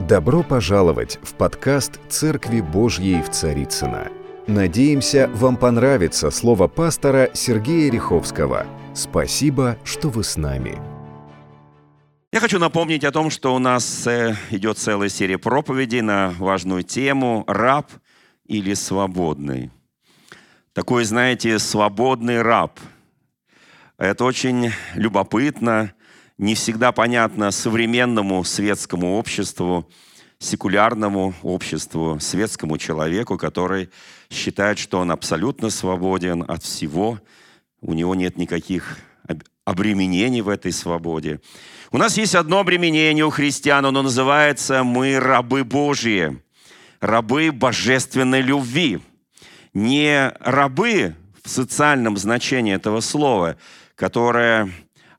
Добро пожаловать в подкаст «Церкви Божьей в Царицыно». Надеемся, вам понравится слово пастора Сергея Риховского. Спасибо, что вы с нами. Я хочу напомнить о том, что у нас идет целая серия проповедей на важную тему «Раб или свободный?». Такой, знаете, свободный раб. Это очень любопытно, не всегда понятно современному светскому обществу, секулярному обществу, светскому человеку, который считает, что он абсолютно свободен от всего, у него нет никаких обременений в этой свободе. У нас есть одно обременение у христиан, оно называется «Мы рабы Божьи», рабы божественной любви. Не рабы в социальном значении этого слова, которое,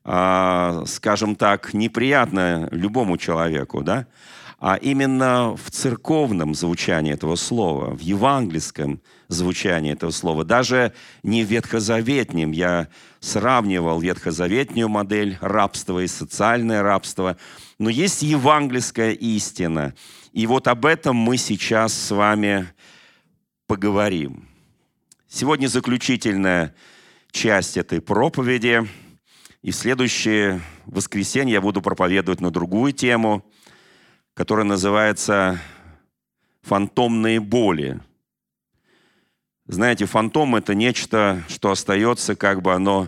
скажем так, неприятно любому человеку, да? А именно в церковном звучании этого слова, в евангельском звучании этого слова, даже не в ветхозаветнем. Я сравнивал ветхозаветную модель рабства и социальное рабство, но есть евангельская истина. И вот об этом мы сейчас с вами поговорим. Сегодня заключительная часть этой проповеди, и в следующее воскресенье я буду проповедовать на другую тему, которая называется «Фантомные боли». Знаете, фантом – это нечто, что остается, как бы оно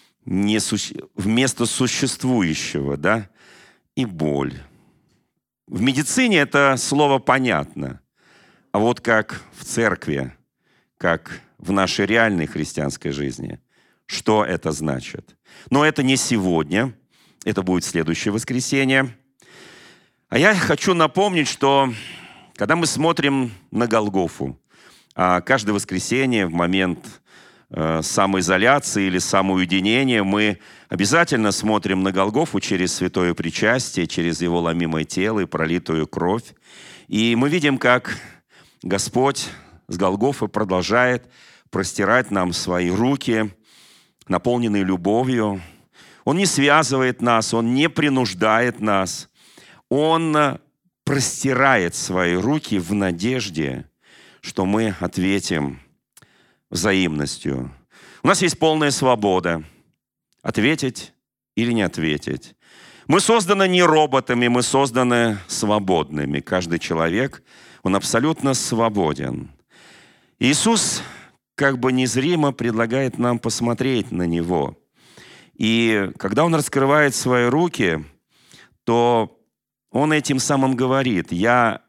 вместо существующего, да, и боль. В медицине это слово понятно, а вот как в церкви, как в нашей реальной христианской жизни, что это значит? Но это не сегодня, это будет в следующее воскресенье. А я хочу напомнить, что когда мы смотрим на Голгофу, каждое воскресенье в момент самоизоляции или самоуединения мы обязательно смотрим на Голгофу через святое причастие, через его ломимое тело и пролитую кровь. И мы видим, как Господь с Голгофы продолжает простирать нам свои руки, наполненные любовью. Он не связывает нас, Он не принуждает нас. Он простирает свои руки в надежде, что мы ответим взаимностью. У нас есть полная свобода ответить или не ответить. Мы созданы не роботами, мы созданы свободными. Каждый человек, он абсолютно свободен. Иисус как бы незримо предлагает нам посмотреть на Него. И когда Он раскрывает свои руки, то Он этим самым говорит: я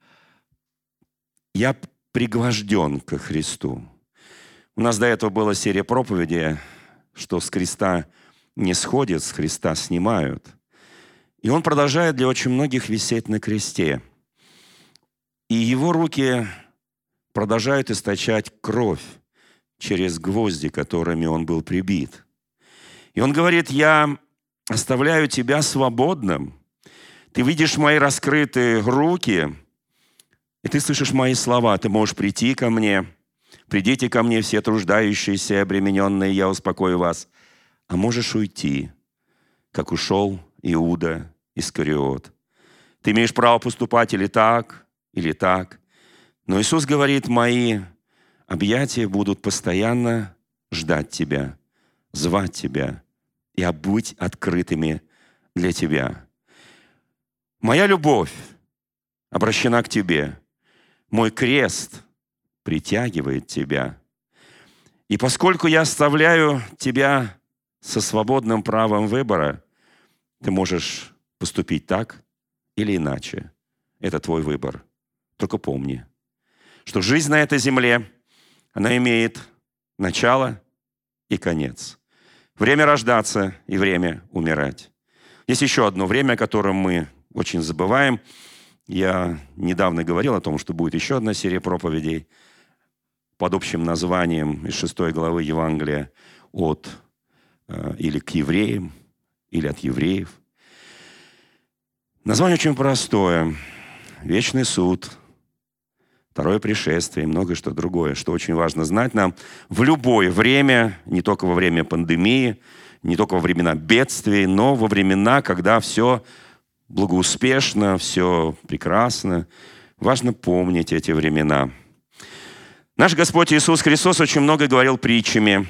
пригвожден ко Христу. У нас до этого была серия проповедей, что с креста не сходят, с Христа снимают. И Он продолжает для очень многих висеть на кресте. И Его руки продолжают источать кровь через гвозди, которыми Он был прибит. И Он говорит: я оставляю тебя свободным. Ты видишь мои раскрытые руки, и ты слышишь мои слова. Ты можешь прийти ко мне. Придите ко мне, все труждающиеся и обремененные, я успокою вас. А можешь уйти, как ушел Иуда Искариот. Ты имеешь право поступать или так. Но Иисус говорит: мои объятия будут постоянно ждать тебя, звать тебя и быть открытыми для тебя. Моя любовь обращена к тебе. Мой крест притягивает тебя. И поскольку я оставляю тебя со свободным правом выбора, ты можешь поступить так или иначе. Это твой выбор. Только помни, что жизнь на этой земле, она имеет начало и конец. Время рождаться и время умирать. Есть еще одно время, о котором мы очень забываем. Я недавно говорил о том, что будет еще одна серия проповедей под общим названием из 6 главы Евангелия или к евреям, или от евреев. Название очень простое. Вечный суд, второе пришествие и многое что другое, что очень важно знать нам в любое время, не только во время пандемии, не только во времена бедствий, но во времена, когда все благоуспешно, все прекрасно. Важно помнить эти времена. Наш Господь Иисус Христос очень много говорил притчами.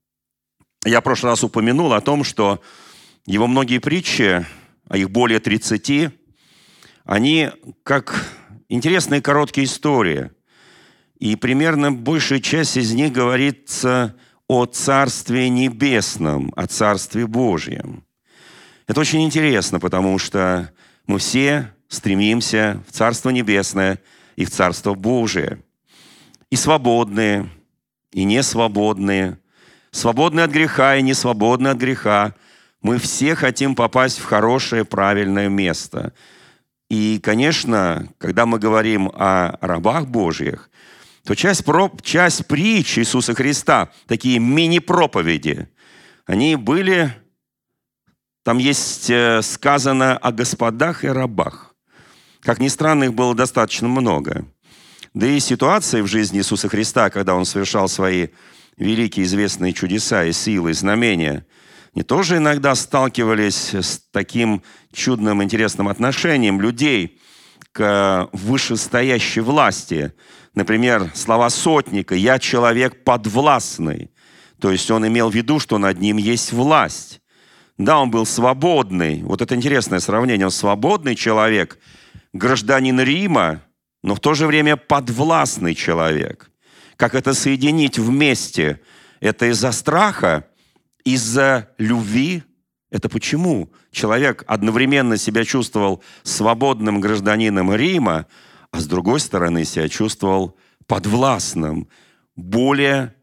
Я в прошлый раз упомянул о том, что Его многие притчи, а их более 30, они как интересные короткие истории. И примерно большая часть из них говорится о Царстве Небесном, о Царстве Божьем. Это очень интересно, потому что мы все стремимся в Царство Небесное и в Царство Божие. И свободные, и несвободные, свободные от греха и несвободные от греха. Мы все хотим попасть в хорошее, правильное место. И, конечно, когда мы говорим о рабах Божьих, то часть притч Иисуса Христа, такие мини-проповеди, они были, там есть сказано о господах и рабах. Как ни странно, их было достаточно много. Да и ситуации в жизни Иисуса Христа, когда Он совершал свои великие известные чудеса и силы, и знамения, они тоже иногда сталкивались с таким чудным, интересным отношением людей к вышестоящей власти. Например, слова сотника «Я человек подвластный». То есть он имел в виду, что над ним есть власть. Да, он был свободный. Вот это интересное сравнение. Он свободный человек, гражданин Рима, но в то же время подвластный человек. Как это соединить вместе? Это из-за страха, из-за любви. Это почему человек одновременно себя чувствовал свободным гражданином Рима, а с другой стороны себя чувствовал подвластным, более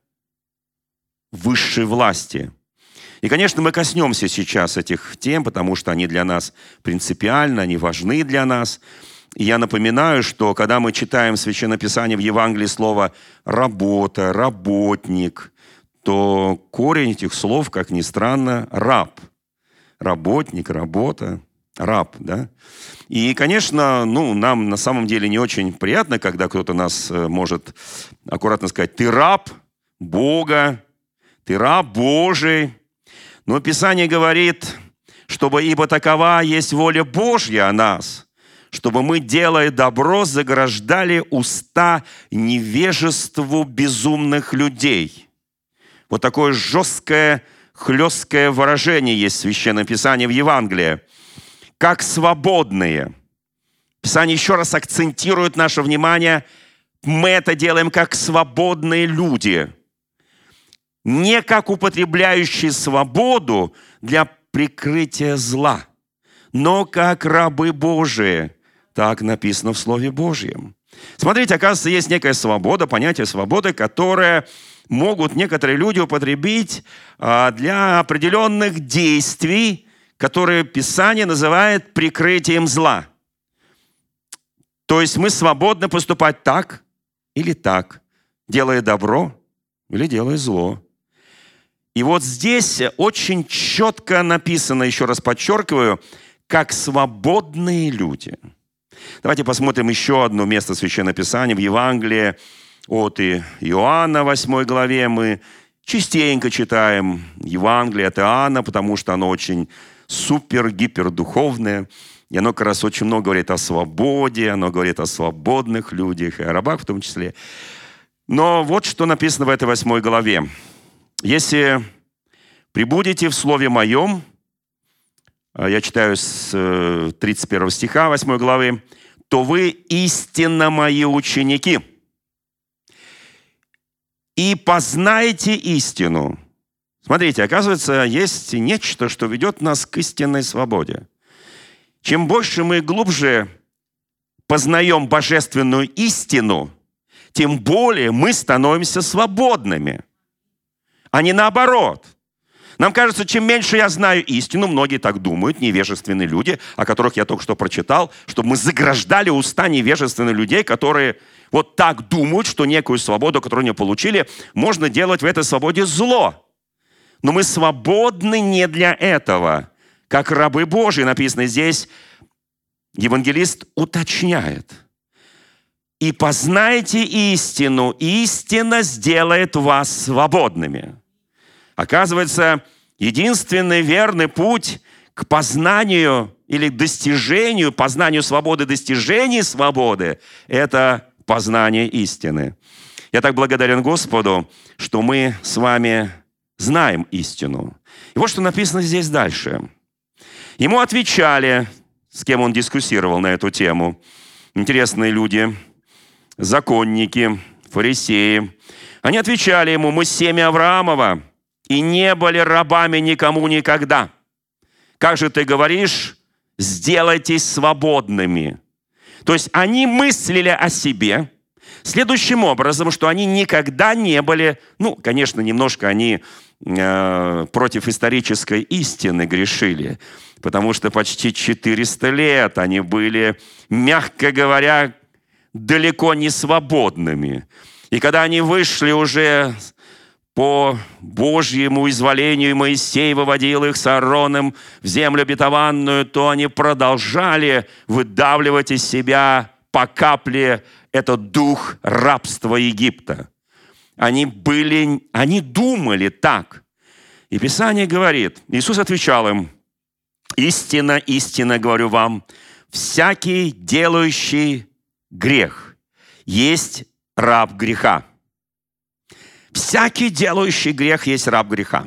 высшей власти. И, конечно, мы коснемся сейчас этих тем, потому что они для нас принципиальны, они важны для нас. И я напоминаю, что когда мы читаем Священное Писание в Евангелии слово «работа», «работник», то корень этих слов, как ни странно, «раб». Работник, работа, раб, да? И, конечно, нам на самом деле не очень приятно, когда кто-то нас может аккуратно сказать: «Ты раб Бога, ты раб Божий». Но Писание говорит, чтобы «ибо такова есть воля Божья о нас, чтобы мы, делая добро, заграждали уста невежеству безумных людей». Вот такое жесткое, хлесткое выражение есть в Священном Писании в Евангелии. Как свободные. Писание еще раз акцентирует наше внимание. Мы это делаем как свободные люди. Не как употребляющие свободу для прикрытия зла, но как рабы Божии. Так написано в Слове Божьем. Смотрите, оказывается, есть некая свобода, понятие свободы, которое могут некоторые люди употребить для определенных действий, которые Писание называет прикрытием зла. То есть мы свободны поступать так или так, делая добро или делая зло. И вот здесь очень четко написано, еще раз подчеркиваю, как свободные люди. Давайте посмотрим еще одно место Священного Писания в Евангелии от Иоанна, 8 главе. Мы частенько читаем Евангелие от Иоанна, потому что оно очень супер-гипердуховное. И оно как раз очень много говорит о свободе, оно говорит о свободных людях, и о рабах в том числе. Но вот что написано в этой 8 главе. «Если пребудете в Слове Моем», я читаю с 31 стиха 8 главы, «то вы истинно Мои ученики, и познаете истину». Смотрите, оказывается, есть нечто, что ведет нас к истинной свободе. Чем больше мы глубже познаем божественную истину, тем более мы становимся свободными, а не наоборот. Нам кажется, чем меньше я знаю истину, многие так думают, невежественные люди, о которых я только что прочитал, чтобы мы заграждали уста невежественных людей, которые вот так думают, что некую свободу, которую они получили, можно делать в этой свободе зло. Но мы свободны не для этого. Как рабы Божьи, написано здесь, евангелист уточняет. «И познайте истину, истина сделает вас свободными». Оказывается, единственный верный путь к к познанию или достижению, познанию свободы, достижению свободы – это познание истины. Я так благодарен Господу, что мы с вами знаем истину. И вот что написано здесь дальше. Ему отвечали, с кем он дискуссировал на эту тему, интересные люди, законники, фарисеи. Они отвечали ему: мы семя Авраамова и не были рабами никому никогда. Как же ты говоришь, сделайтесь свободными? То есть они мыслили о себе следующим образом, что они никогда не были, конечно, немножко они против исторической истины грешили, потому что почти 400 лет они были, мягко говоря, далеко не свободными. И когда они вышли уже по Божьему изволению, Моисей выводил их с Аароном в землю обетованную, то они продолжали выдавливать из себя по капле этот дух рабства Египта. Они думали так. И Писание говорит, Иисус отвечал им: истинно, истинно говорю вам, всякий делающий грех есть раб греха. Всякий делающий грех есть раб греха.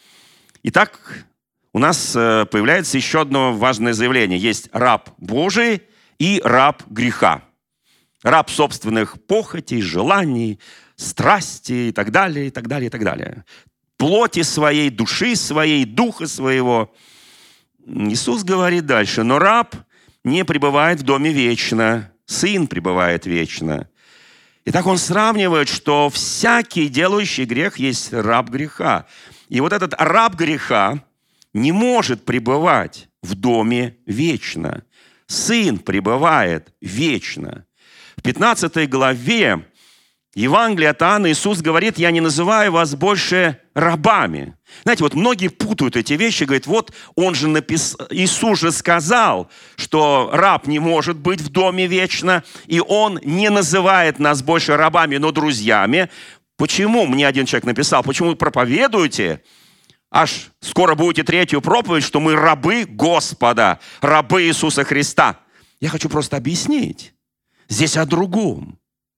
Итак, у нас появляется еще одно важное заявление. Есть раб Божий и раб греха. Раб собственных похотей, желаний, страсти и так далее, и так далее, и так далее. Плоти своей, души своей, духа своего. Иисус говорит дальше: но раб не пребывает в доме вечно, сын пребывает вечно. Итак, он сравнивает, что всякий делающий грех есть раб греха. И вот этот раб греха не может пребывать в доме вечно. Сын пребывает вечно. В 15 главе Евангелия от Иоанна Иисус говорит: я не называю вас больше рабами. Знаете, вот многие путают эти вещи, говорят, вот он же Иисус же сказал, что раб не может быть в доме вечно, и он не называет нас больше рабами, но друзьями. Почему? Мне один человек написал: почему вы проповедуете, аж скоро будете третью проповедь, что мы рабы Господа, рабы Иисуса Христа. Я хочу просто объяснить. Здесь о другом.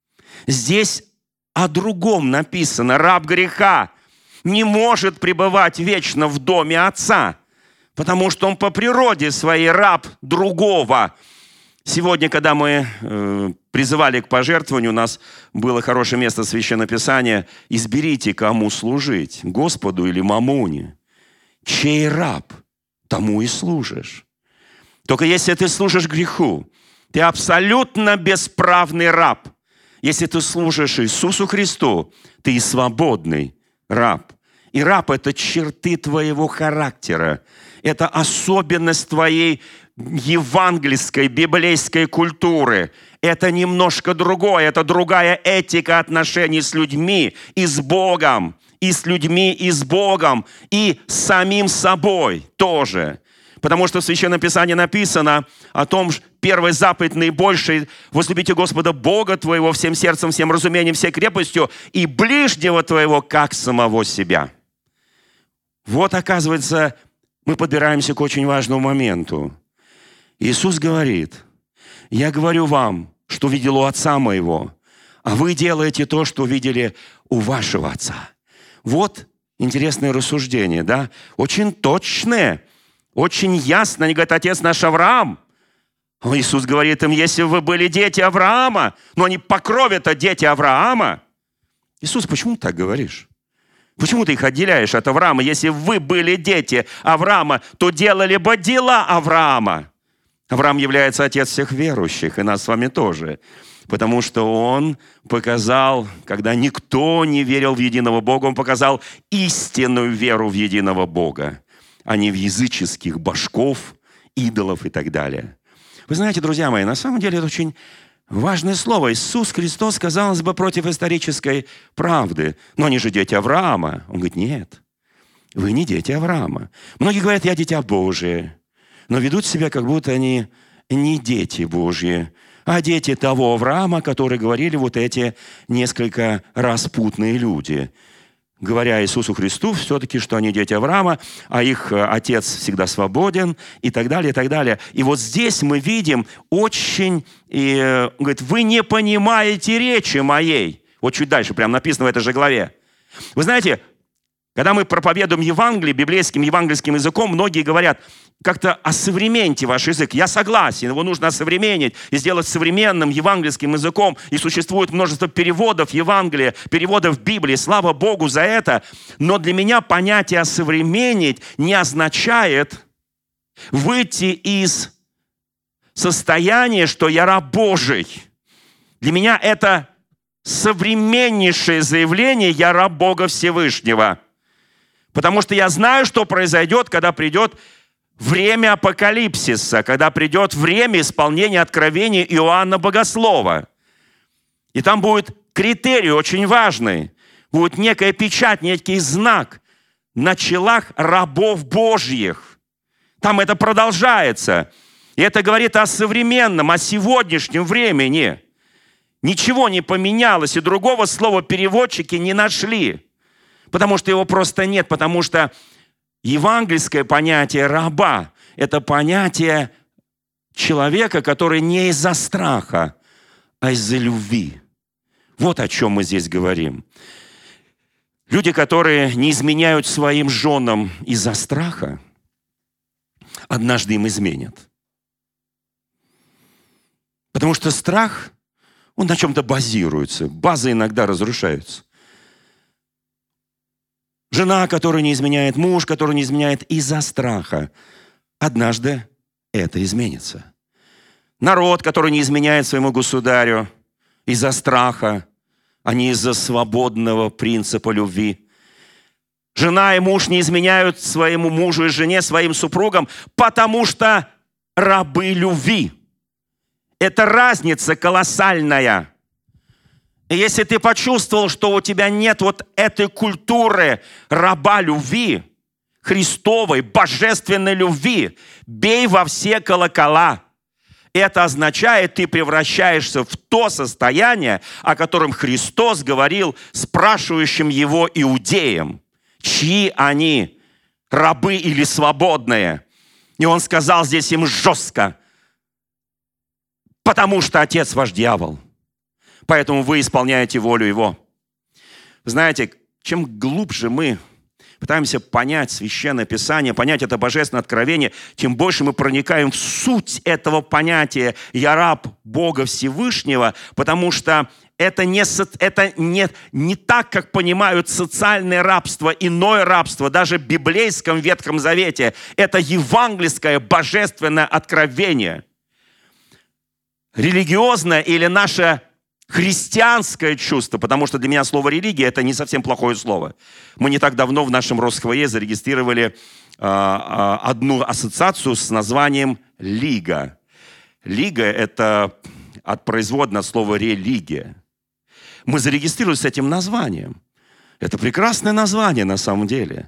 Здесь о другом написано. Раб греха не может пребывать вечно в доме Отца, потому что он по природе своей раб другого. Сегодня, когда мы призывали к пожертвованию, у нас было хорошее место Священного Писания: изберите, кому служить, Господу или мамоне. Чей раб, тому и служишь. Только если ты служишь греху, ты абсолютно бесправный раб. Если ты служишь Иисусу Христу, ты и свободный раб. И раб – это черты твоего характера. Это особенность твоей евангельской, библейской культуры. Это немножко другое. Это другая этика отношений с людьми и с Богом. И с людьми, и с Богом. И с самим собой тоже. Потому что в Священном Писании написано о том, что первая заповедь наибольшая: возлюбите Господа Бога твоего всем сердцем, всем разумением, всей крепостью, и ближнего твоего, как самого себя. Вот, оказывается, мы подбираемся к очень важному моменту. Иисус говорит: я говорю вам, что видел у Отца моего, а вы делаете то, что видели у вашего Отца. Вот интересное рассуждение, да? Очень точное. Очень ясно. Они говорят: отец наш Авраам. А Иисус говорит им: если вы были дети Авраама, но они по крови-то дети Авраама. Иисус, почему ты так говоришь? Почему ты их отделяешь от Авраама? Если вы были дети Авраама, то делали бы дела Авраама. Авраам является отец всех верующих, и нас с вами тоже. Потому что он показал, когда никто не верил в единого Бога, он показал истинную веру в единого Бога, а не в языческих божков, идолов и так далее. Вы знаете, друзья мои, на самом деле это очень важное слово. Иисус Христос, казалось бы, против исторической правды. Но они же дети Авраама. Он говорит: нет, вы не дети Авраама. Многие говорят: я дитя Божие, но ведут себя, как будто они не дети Божьи, а дети того Авраама, который говорили вот эти несколько распутные люди. говоря Иисусу Христу все-таки, что они дети Авраама, а их отец всегда свободен и так далее, и так далее. И вот здесь мы видим очень, говорит, вы не понимаете речи моей. Вот чуть дальше, прям написано в этой же главе. Вы знаете, когда мы проповедуем Евангелие, библейским евангельским языком, многие говорят, как-то осовременьте ваш язык. Я согласен, его нужно осовременить и сделать современным евангельским языком. И существует множество переводов Евангелия, переводов Библии. Слава Богу за это. Но для меня понятие осовременить не означает выйти из состояния, что я раб Божий. Для меня это современнейшее заявление «я раб Бога Всевышнего». Потому что я знаю, что произойдет, когда придет время апокалипсиса, когда придет время исполнения откровения Иоанна Богослова. И там будет критерий очень важный. Будет некая печать, некий знак на челах рабов Божьих. Там это продолжается. И это говорит о современном, о сегодняшнем времени. Ничего не поменялось, и другого слова переводчики не нашли. Потому что его просто нет, потому что евангельское понятие раба – это понятие человека, который не из-за страха, а из-за любви. Вот о чем мы здесь говорим. Люди, которые не изменяют своим женам из-за страха, однажды им изменят. Потому что страх, он на чем-то базируется. Базы иногда разрушаются. Жена, которая не изменяет, муж, который не изменяет из-за страха. Однажды это изменится. Народ, который не изменяет своему государю из-за страха, а не из-за свободного принципа любви. Жена и муж не изменяют своему мужу и жене, своим супругам, потому что рабы любви. Это разница колоссальная. И если ты почувствовал, что у тебя нет вот этой культуры раба любви, Христовой, божественной любви, бей во все колокола. Это означает, ты превращаешься в то состояние, о котором Христос говорил спрашивающим его иудеям, чьи они, рабы или свободные. И он сказал здесь им жестко, потому что отец ваш дьявол. Поэтому вы исполняете волю Его. Знаете, чем глубже мы пытаемся понять Священное Писание, понять это Божественное откровение, тем больше мы проникаем в суть этого понятия «Я раб Бога Всевышнего», потому что это не так, как понимают социальное рабство, иное рабство, даже в библейском Ветхом Завете. Это евангельское божественное откровение. Религиозное или наше христианское чувство, потому что для меня слово «религия» – это не совсем плохое слово. Мы не так давно в нашем РосХВЕ зарегистрировали одну ассоциацию с названием «Лига». Лига – это от производного слова «религия». Мы зарегистрировались с этим названием. Это прекрасное название на самом деле.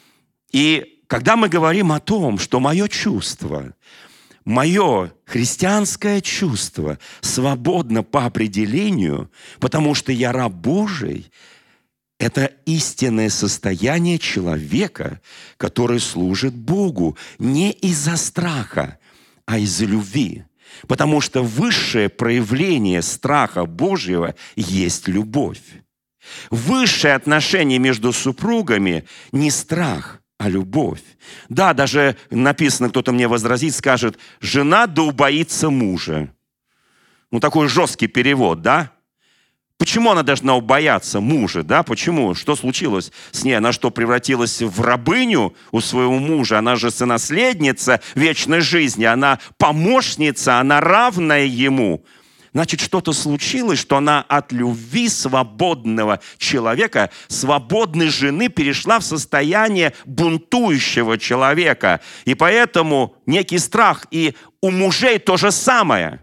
И когда мы говорим о том, что мое чувство, мое христианское чувство свободно по определению, потому что я раб Божий, это истинное состояние человека, который служит Богу не из-за страха, а из-за любви. Потому что высшее проявление страха Божьего есть любовь. Высшее отношение между супругами не страх, а любовь. Да, даже написано, кто-то мне возразит, скажет, жена да убоится мужа. Ну, такой жесткий перевод, да? Почему она должна убояться мужа, да? Почему? Что случилось с ней? Она что, превратилась в рабыню у своего мужа? Она же сонаследница вечной жизни, она помощница, она равная ему. Значит, что-то случилось, что она от любви свободного человека, свободной жены перешла в состояние бунтующего человека. И поэтому некий страх. И у мужей то же самое.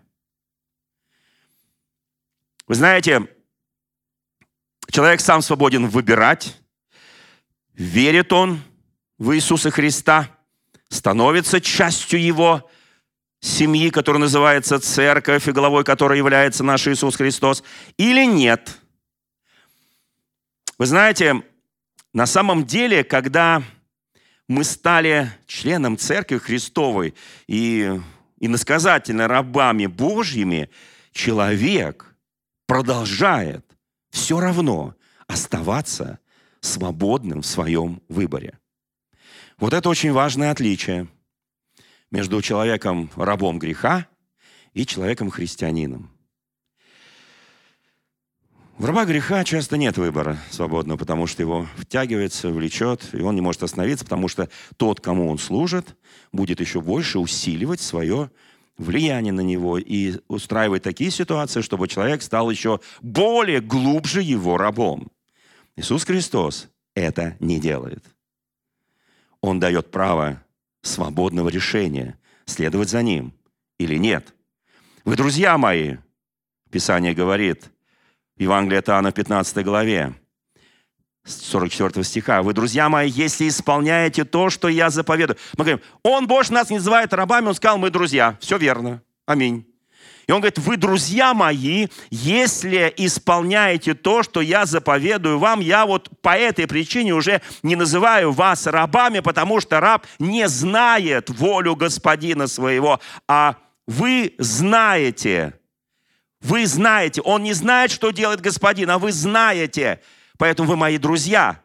Вы знаете, человек сам свободен выбирать, верит он в Иисуса Христа, становится частью Его семьи, которая называется церковь, и главой которой является наш Иисус Христос, или нет. Вы знаете, На самом деле, когда мы стали членом Церкви Христовой и иносказательно рабами Божьими, человек продолжает все равно оставаться свободным в своем выборе. Вот это очень важное отличие между человеком рабом греха и человеком христианином. В раба греха часто нет выбора свободного, потому что его втягивается, влечет, и он не может остановиться, потому что тот, кому он служит, будет еще больше усиливать свое влияние на него и устраивать такие ситуации, чтобы человек стал еще более глубже его рабом. Иисус Христос это не делает. Он дает право свободного решения, следовать за Ним или нет. Вы, друзья мои, Писание говорит, Евангелие от Иоанна в 15 главе, 44 стиха. Вы, друзья мои, если исполняете то, что я заповедую. Мы говорим, Он больше нас не называет рабами, Он сказал, мы друзья. Все верно. Аминь. И Он говорит, вы, друзья мои, если исполняете то, что я заповедую вам, я вот по этой причине уже не называю вас рабами, потому что раб не знает волю господина своего, а вы знаете. Вы знаете. Он не знает, что делает господин, а вы знаете. Поэтому вы мои друзья.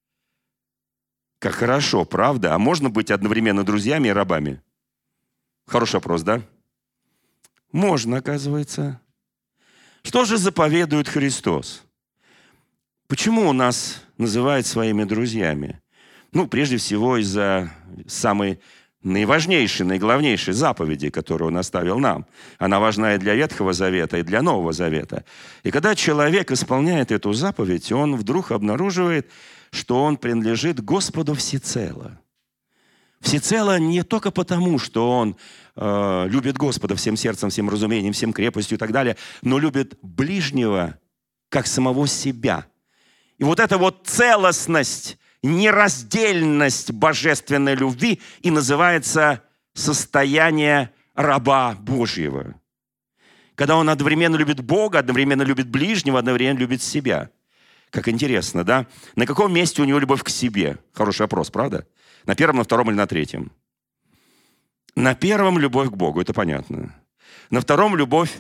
Как хорошо, правда? А можно быть одновременно друзьями и рабами? Хороший вопрос, да? Можно, оказывается. Что же заповедует Христос? Почему он нас называет своими друзьями? Прежде всего, из-за самой наиважнейшей, наиглавнейшей заповеди, которую Он оставил нам. Она важна и для Ветхого Завета, и для Нового Завета. И когда человек исполняет эту заповедь, он вдруг обнаруживает, что он принадлежит Господу всецело. Всецело не только потому, что он любит Господа всем сердцем, всем разумением, всем крепостью и так далее, но любит ближнего, как самого себя. И вот эта вот целостность, нераздельность божественной любви и называется состояние раба Божьего. Когда он одновременно любит Бога, одновременно любит ближнего, одновременно любит себя. Как интересно, да? На каком месте у него любовь к себе? Хороший вопрос, правда? На первом, на втором или на третьем? На первом любовь к Богу, это понятно. На втором любовь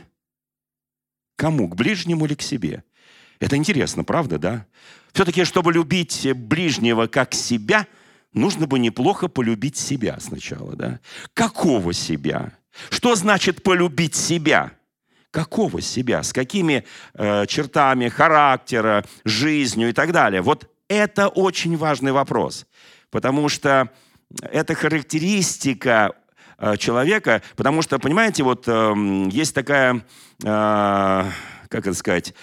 к кому? К ближнему или к себе? Это интересно, правда, да? Все-таки, чтобы любить ближнего как себя, нужно бы неплохо полюбить себя сначала, да? Какого себя? Что значит полюбить себя? Какого себя? С какими чертами характера, жизнью и так далее? Вот это очень важный вопрос, потому что это характеристика человека, потому что, понимаете, вот есть такая, как это сказать,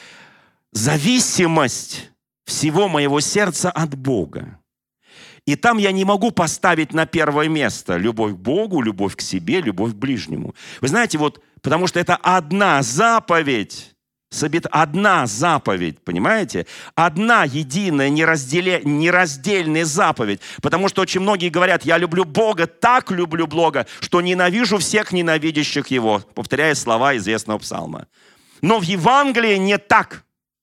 зависимость всего моего сердца от Бога. И там я не могу поставить на первое место любовь к Богу, любовь к себе, любовь к ближнему. Вы знаете, вот, потому что это одна заповедь, одна заповедь, понимаете? Одна единая, нераздельная заповедь. Потому что очень многие говорят, я люблю Бога, так люблю Бога, что ненавижу всех ненавидящих Его, повторяя слова известного псалма. Но в Евангелии не так.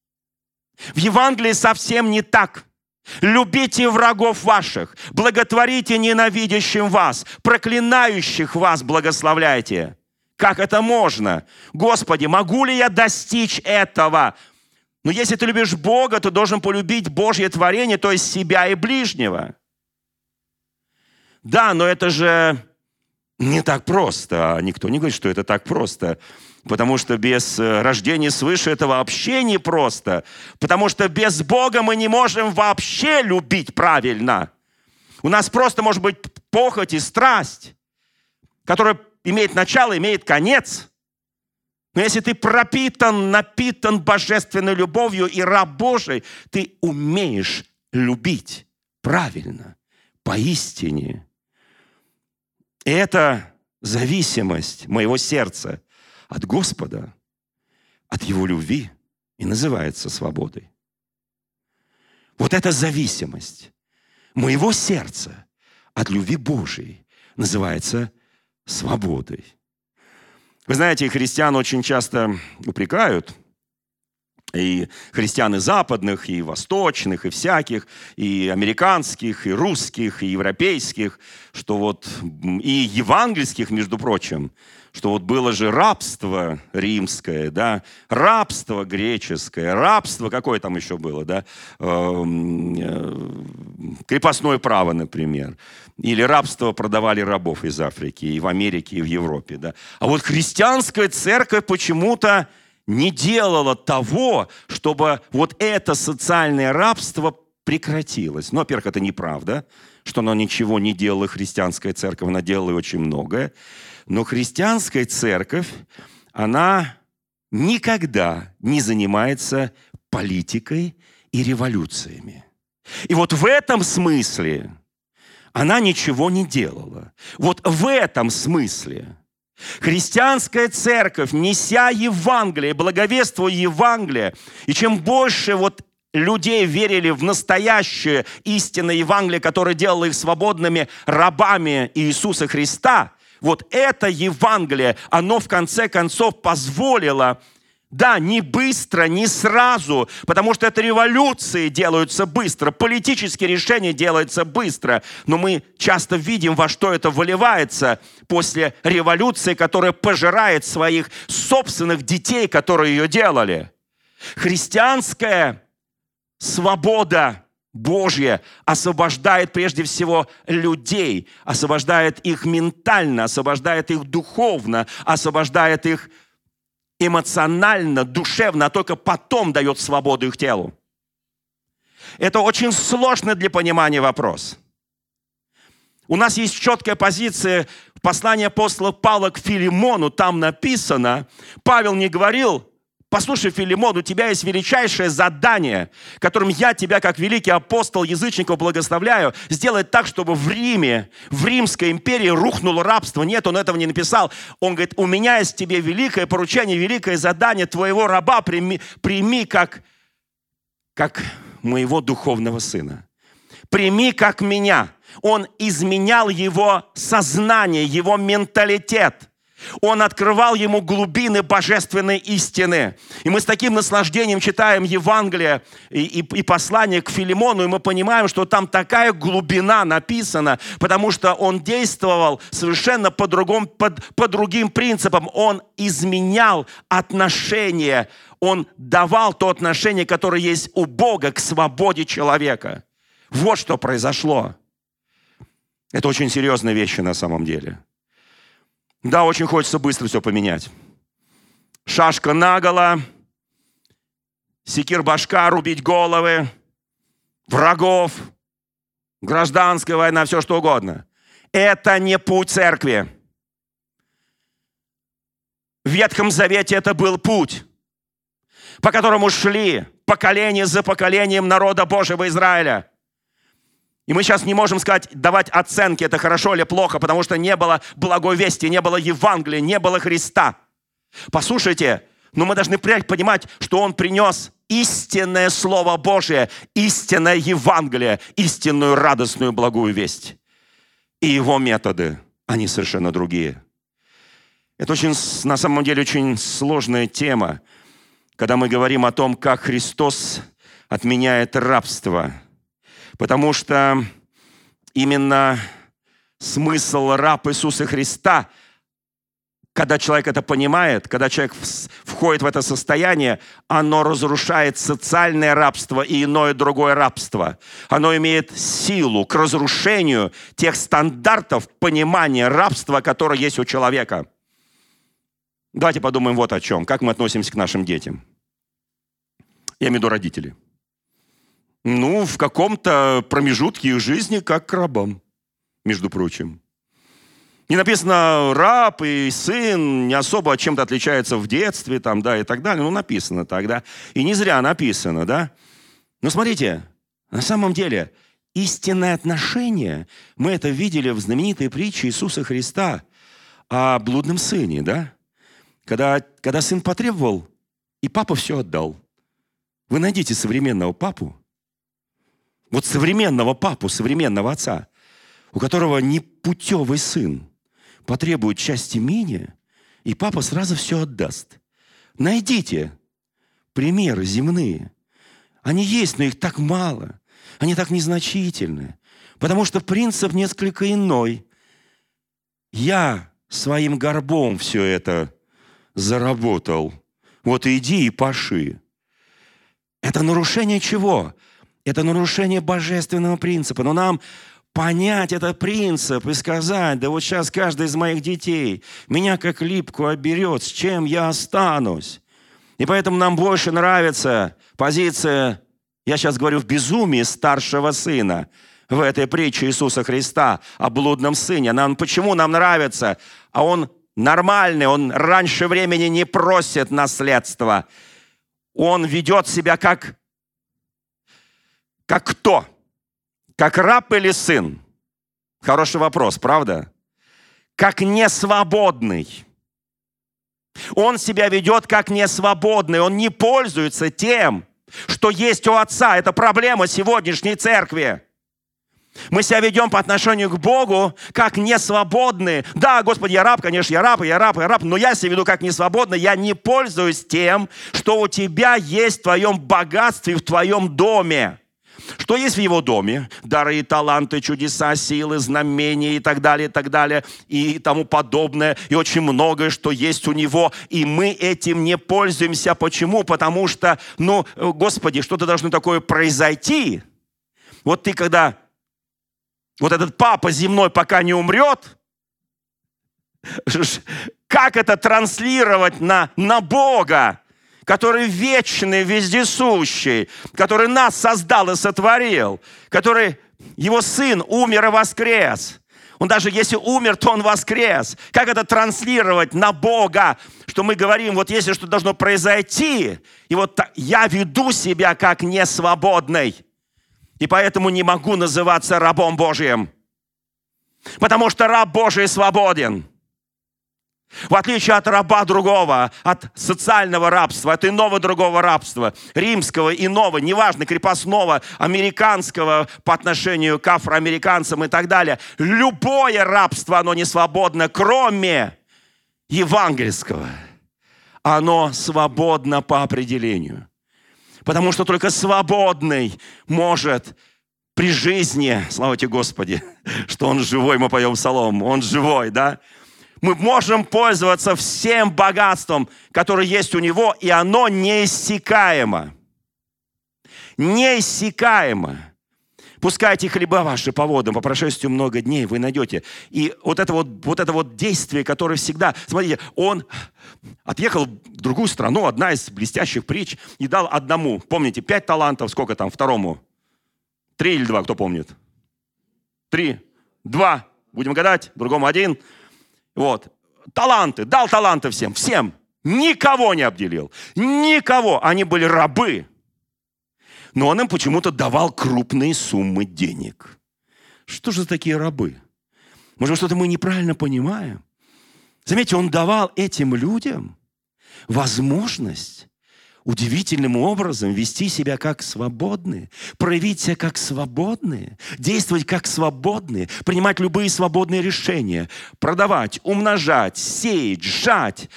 В Евангелии совсем не так. Любите врагов ваших, благотворите ненавидящим вас, проклинающих вас благословляйте. Как это можно? Господи, могу ли я достичь этого? Но если ты любишь Бога, ты должен полюбить Божье творение, то есть себя и ближнего. Да, но это же не так просто. Никто не говорит, что это так просто. Потому что без рождения свыше это вообще не просто. Потому что без Бога мы не можем вообще любить правильно. У нас просто может быть похоть и страсть, которая имеет начало, имеет конец. Но если ты пропитан, напитан божественной любовью и раб Божий, ты умеешь любить правильно, поистине. И это зависимость моего сердца от Господа, от Его любви и называется свободой. Вот эта зависимость моего сердца от любви Божией называется свободой. Вы знаете, христиан очень часто упрекают и христиан и западных, и восточных, и всяких, и американских, и русских, и европейских, что вот, и евангельских, между прочим, что вот было же рабство римское, да, рабство греческое, рабство, какое там еще было, да, крепостное право, например, или рабство продавали рабов из Африки, и в Америке, и в Европе, да. А вот христианская церковь почему-то не делала того, чтобы вот это социальное рабство прекратилось. Ну, во-первых, это неправда, что она ничего не делала, христианская церковь, она делала очень многое. Но христианская церковь, она никогда не занимается политикой и революциями. И вот в этом смысле она ничего не делала. Вот в этом смысле христианская церковь, неся Евангелие, благовествуя Евангелие, и чем больше вот людей верили в настоящее истинное Евангелие, которое делало их свободными рабами Иисуса Христа, вот это Евангелие, оно в конце концов позволило, да, не быстро, не сразу, потому что это революции делаются быстро, политические решения делаются быстро, но мы часто видим, во что это выливается после революции, которая пожирает своих собственных детей, которые ее делали. Христианская свобода Божья освобождает прежде всего людей, освобождает их ментально, освобождает их духовно, освобождает их эмоционально, душевно, а только потом дает свободу их телу. Это очень сложный для понимания вопрос. У нас есть четкая позиция в послании апостола Павла к Филимону. Там написано, Павел не говорил: послушай, Филимон, у тебя есть величайшее задание, которым я тебя, как великий апостол язычников, благословляю, сделать так, чтобы в Риме, в Римской империи рухнуло рабство. Нет, он этого не написал. Он говорит: у меня есть тебе великое поручение, великое задание, твоего раба прими как моего духовного сына. Прими как меня. Он изменял его сознание, его менталитет. Он открывал ему глубины божественной истины. И мы с таким наслаждением читаем Евангелие и послание к Филимону, и мы понимаем, что там такая глубина написана, потому что он действовал совершенно по другим принципам. Он изменял отношения, он давал то отношение, которое есть у Бога к свободе человека. Вот что произошло. Это очень серьезные вещи на самом деле. Да, очень хочется быстро все поменять. Шашка наголо, секир-башка, рубить головы, врагов, гражданская война, все что угодно. Это не путь церкви. В Ветхом Завете это был путь, по которому шли поколение за поколением народа Божьего Израиля. И мы сейчас не можем сказать, давать оценки, это хорошо или плохо, потому что не было благой вести, не было Евангелия, не было Христа. Послушайте, но мы должны понимать, что Он принес истинное Слово Божие, истинное Евангелие, истинную радостную благую весть. И Его методы, они совершенно другие. Это на самом деле очень сложная тема, когда мы говорим о том, как Христос отменяет рабство. Потому что именно смысл раб Иисуса Христа, когда человек это понимает, когда человек входит в это состояние, оно разрушает социальное рабство и иное другое рабство. Оно имеет силу к разрушению тех стандартов понимания рабства, которые есть у человека. Давайте подумаем вот о чем. Как мы относимся к нашим детям? Я имею в виду родителей. В каком-то промежутке их жизни как к рабам, между прочим. Не написано раб и сын не особо чем-то отличаются в детстве, там, да, и так далее. Написано так, да. И не зря написано, да. Но смотрите, на самом деле истинное отношение, мы это видели в знаменитой притче Иисуса Христа о блудном сыне, да. Когда сын потребовал, и папа все отдал. Вы найдите современного папу, вот современного папу, современного отца, у которого непутевый сын потребует часть имения, и папа сразу все отдаст. Найдите примеры земные. Они есть, но их так мало. Они так незначительны. Потому что принцип несколько иной. Я своим горбом все это заработал. Вот иди и паши. Это нарушение чего? Это нарушение божественного принципа. Но нам понять этот принцип и сказать, да вот сейчас каждый из моих детей меня как липку оберет, с чем я останусь. И поэтому нам больше нравится позиция, я сейчас говорю в безумии старшего сына, в этой притче Иисуса Христа о блудном сыне. Почему нам нравится? А он нормальный, он раньше времени не просит наследства. Он ведет себя как кто? Как раб или сын? Хороший вопрос, правда? Как несвободный. Он себя ведет как несвободный. Он не пользуется тем, что есть у Отца. Это проблема сегодняшней церкви. Мы себя ведем по отношению к Богу как несвободные. Да, Господи, я раб, конечно, я раб, но я себя веду как несвободный. Я не пользуюсь тем, что у тебя есть в твоем богатстве, в твоем доме. Что есть в его доме? Дары, таланты, чудеса, силы, знамения и так далее, и тому подобное. И очень многое, что есть у него. И мы этим не пользуемся. Почему? Потому что, Господи, что-то должно такое произойти. Вот ты когда... Вот этот папа земной пока не умрет, как это транслировать на Бога, который вечный, вездесущий, который нас создал и сотворил, который, его сын умер и воскрес. Он даже если умер, то он воскрес. Как это транслировать на Бога, что мы говорим, вот если что должно произойти, и вот я веду себя как несвободный. И поэтому не могу называться рабом Божьим. Потому что раб Божий свободен. В отличие от раба другого, от социального рабства, от иного другого рабства, римского, иного, неважно, крепостного, американского по отношению к афроамериканцам и так далее. Любое рабство, оно не свободно, кроме евангельского. Оно свободно по определению. Потому что только свободный может при жизни, слава тебе Господи, что Он живой, мы поем псалом, Он живой, да? Мы можем пользоваться всем богатством, которое есть у Него, и оно неиссякаемо. Неиссякаемо. Пускайте хлеба ваши по водам, по прошествию много дней вы найдете. И вот это действие, которое всегда... Смотрите, он отъехал в другую страну, одна из блестящих притч, и дал одному. Помните, 5 талантов, сколько там второму? 3 или 2, кто помнит? 3, 2, будем гадать, другому 1. Вот. Таланты, дал таланты всем. Никого не обделил. Никого. Они были рабы. Но он им почему-то давал крупные суммы денег. Что же за такие рабы? Может, что-то мы неправильно понимаем? Заметьте, он давал этим людям возможность удивительным образом вести себя как свободные, проявить себя как свободные, действовать как свободные, принимать любые свободные решения, продавать, умножать, сеять, жать,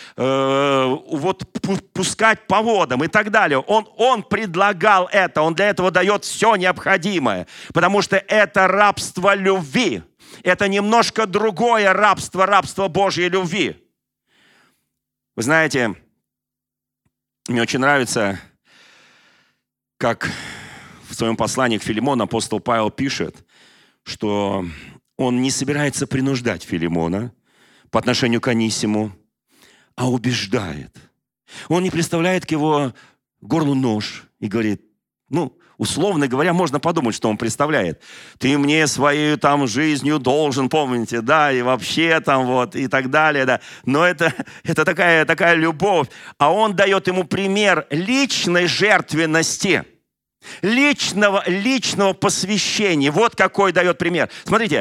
пускать по водам и так далее. Он предлагал это, он для этого дает все необходимое, потому что это рабство любви. Это немножко другое рабство Божьей любви. Вы знаете, мне очень нравится, как в своем послании к Филимону апостол Павел пишет, что он не собирается принуждать Филимона по отношению к Анисиму, а убеждает. Он не приставляет к его горлу нож и говорит, условно говоря, можно подумать, что он представляет. Ты мне своей там жизнью должен, помните, да, и вообще там вот, и так далее, да. Но это такая любовь. А он дает ему пример личной жертвенности, личного посвящения. Вот какой дает пример. Смотрите,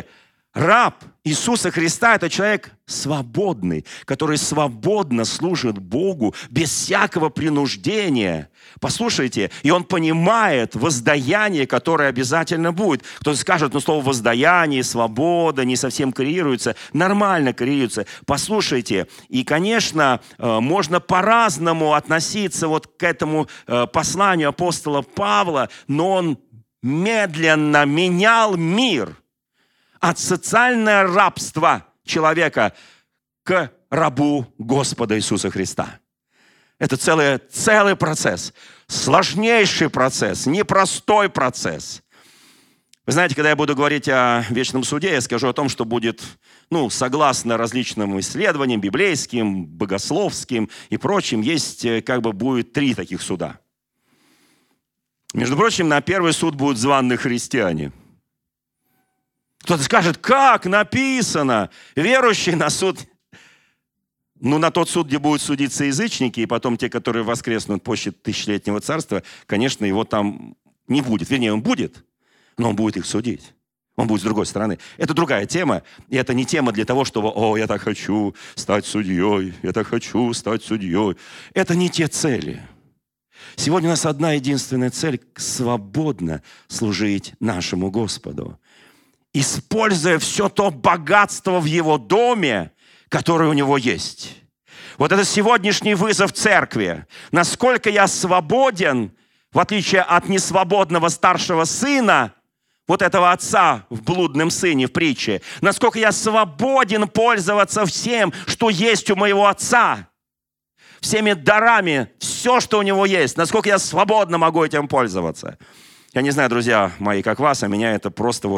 Раб Иисуса Христа – это человек свободный, который свободно служит Богу без всякого принуждения. Послушайте, и он понимает воздаяние, которое обязательно будет. Кто-то скажет, слово воздаяние, свобода не совсем коррелируется. Нормально коррелируется. Послушайте, и, конечно, можно по-разному относиться вот к этому посланию апостола Павла, но он медленно менял мир от социального рабства человека к рабу Господа Иисуса Христа. Это целый процесс, сложнейший процесс, непростой процесс. Вы знаете, когда я буду говорить о вечном суде, я скажу о том, что будет, согласно различным исследованиям, библейским, богословским и прочим, будет 3 таких суда. Между прочим, на первый суд будут званы христиане. Кто-то скажет, как написано, верующий на суд, на тот суд, где будут судиться язычники, и потом те, которые воскреснут после тысячелетнего царства, конечно, его там не будет. Вернее, он будет, но он будет их судить. Он будет с другой стороны. Это другая тема, и это не тема для того, чтобы, я так хочу стать судьей, я так хочу стать судьей. Это не те цели. Сегодня у нас одна единственная цель – свободно служить нашему Господу, используя все то богатство в Его доме, которое у Него есть. Вот это сегодняшний вызов церкви. Насколько я свободен, в отличие от несвободного старшего сына, вот этого отца в блудном сыне в притче, насколько я свободен пользоваться всем, что есть у моего отца, всеми дарами, все, что у него есть, насколько я свободно могу этим пользоваться. Я не знаю, друзья мои, как вас, а меня это просто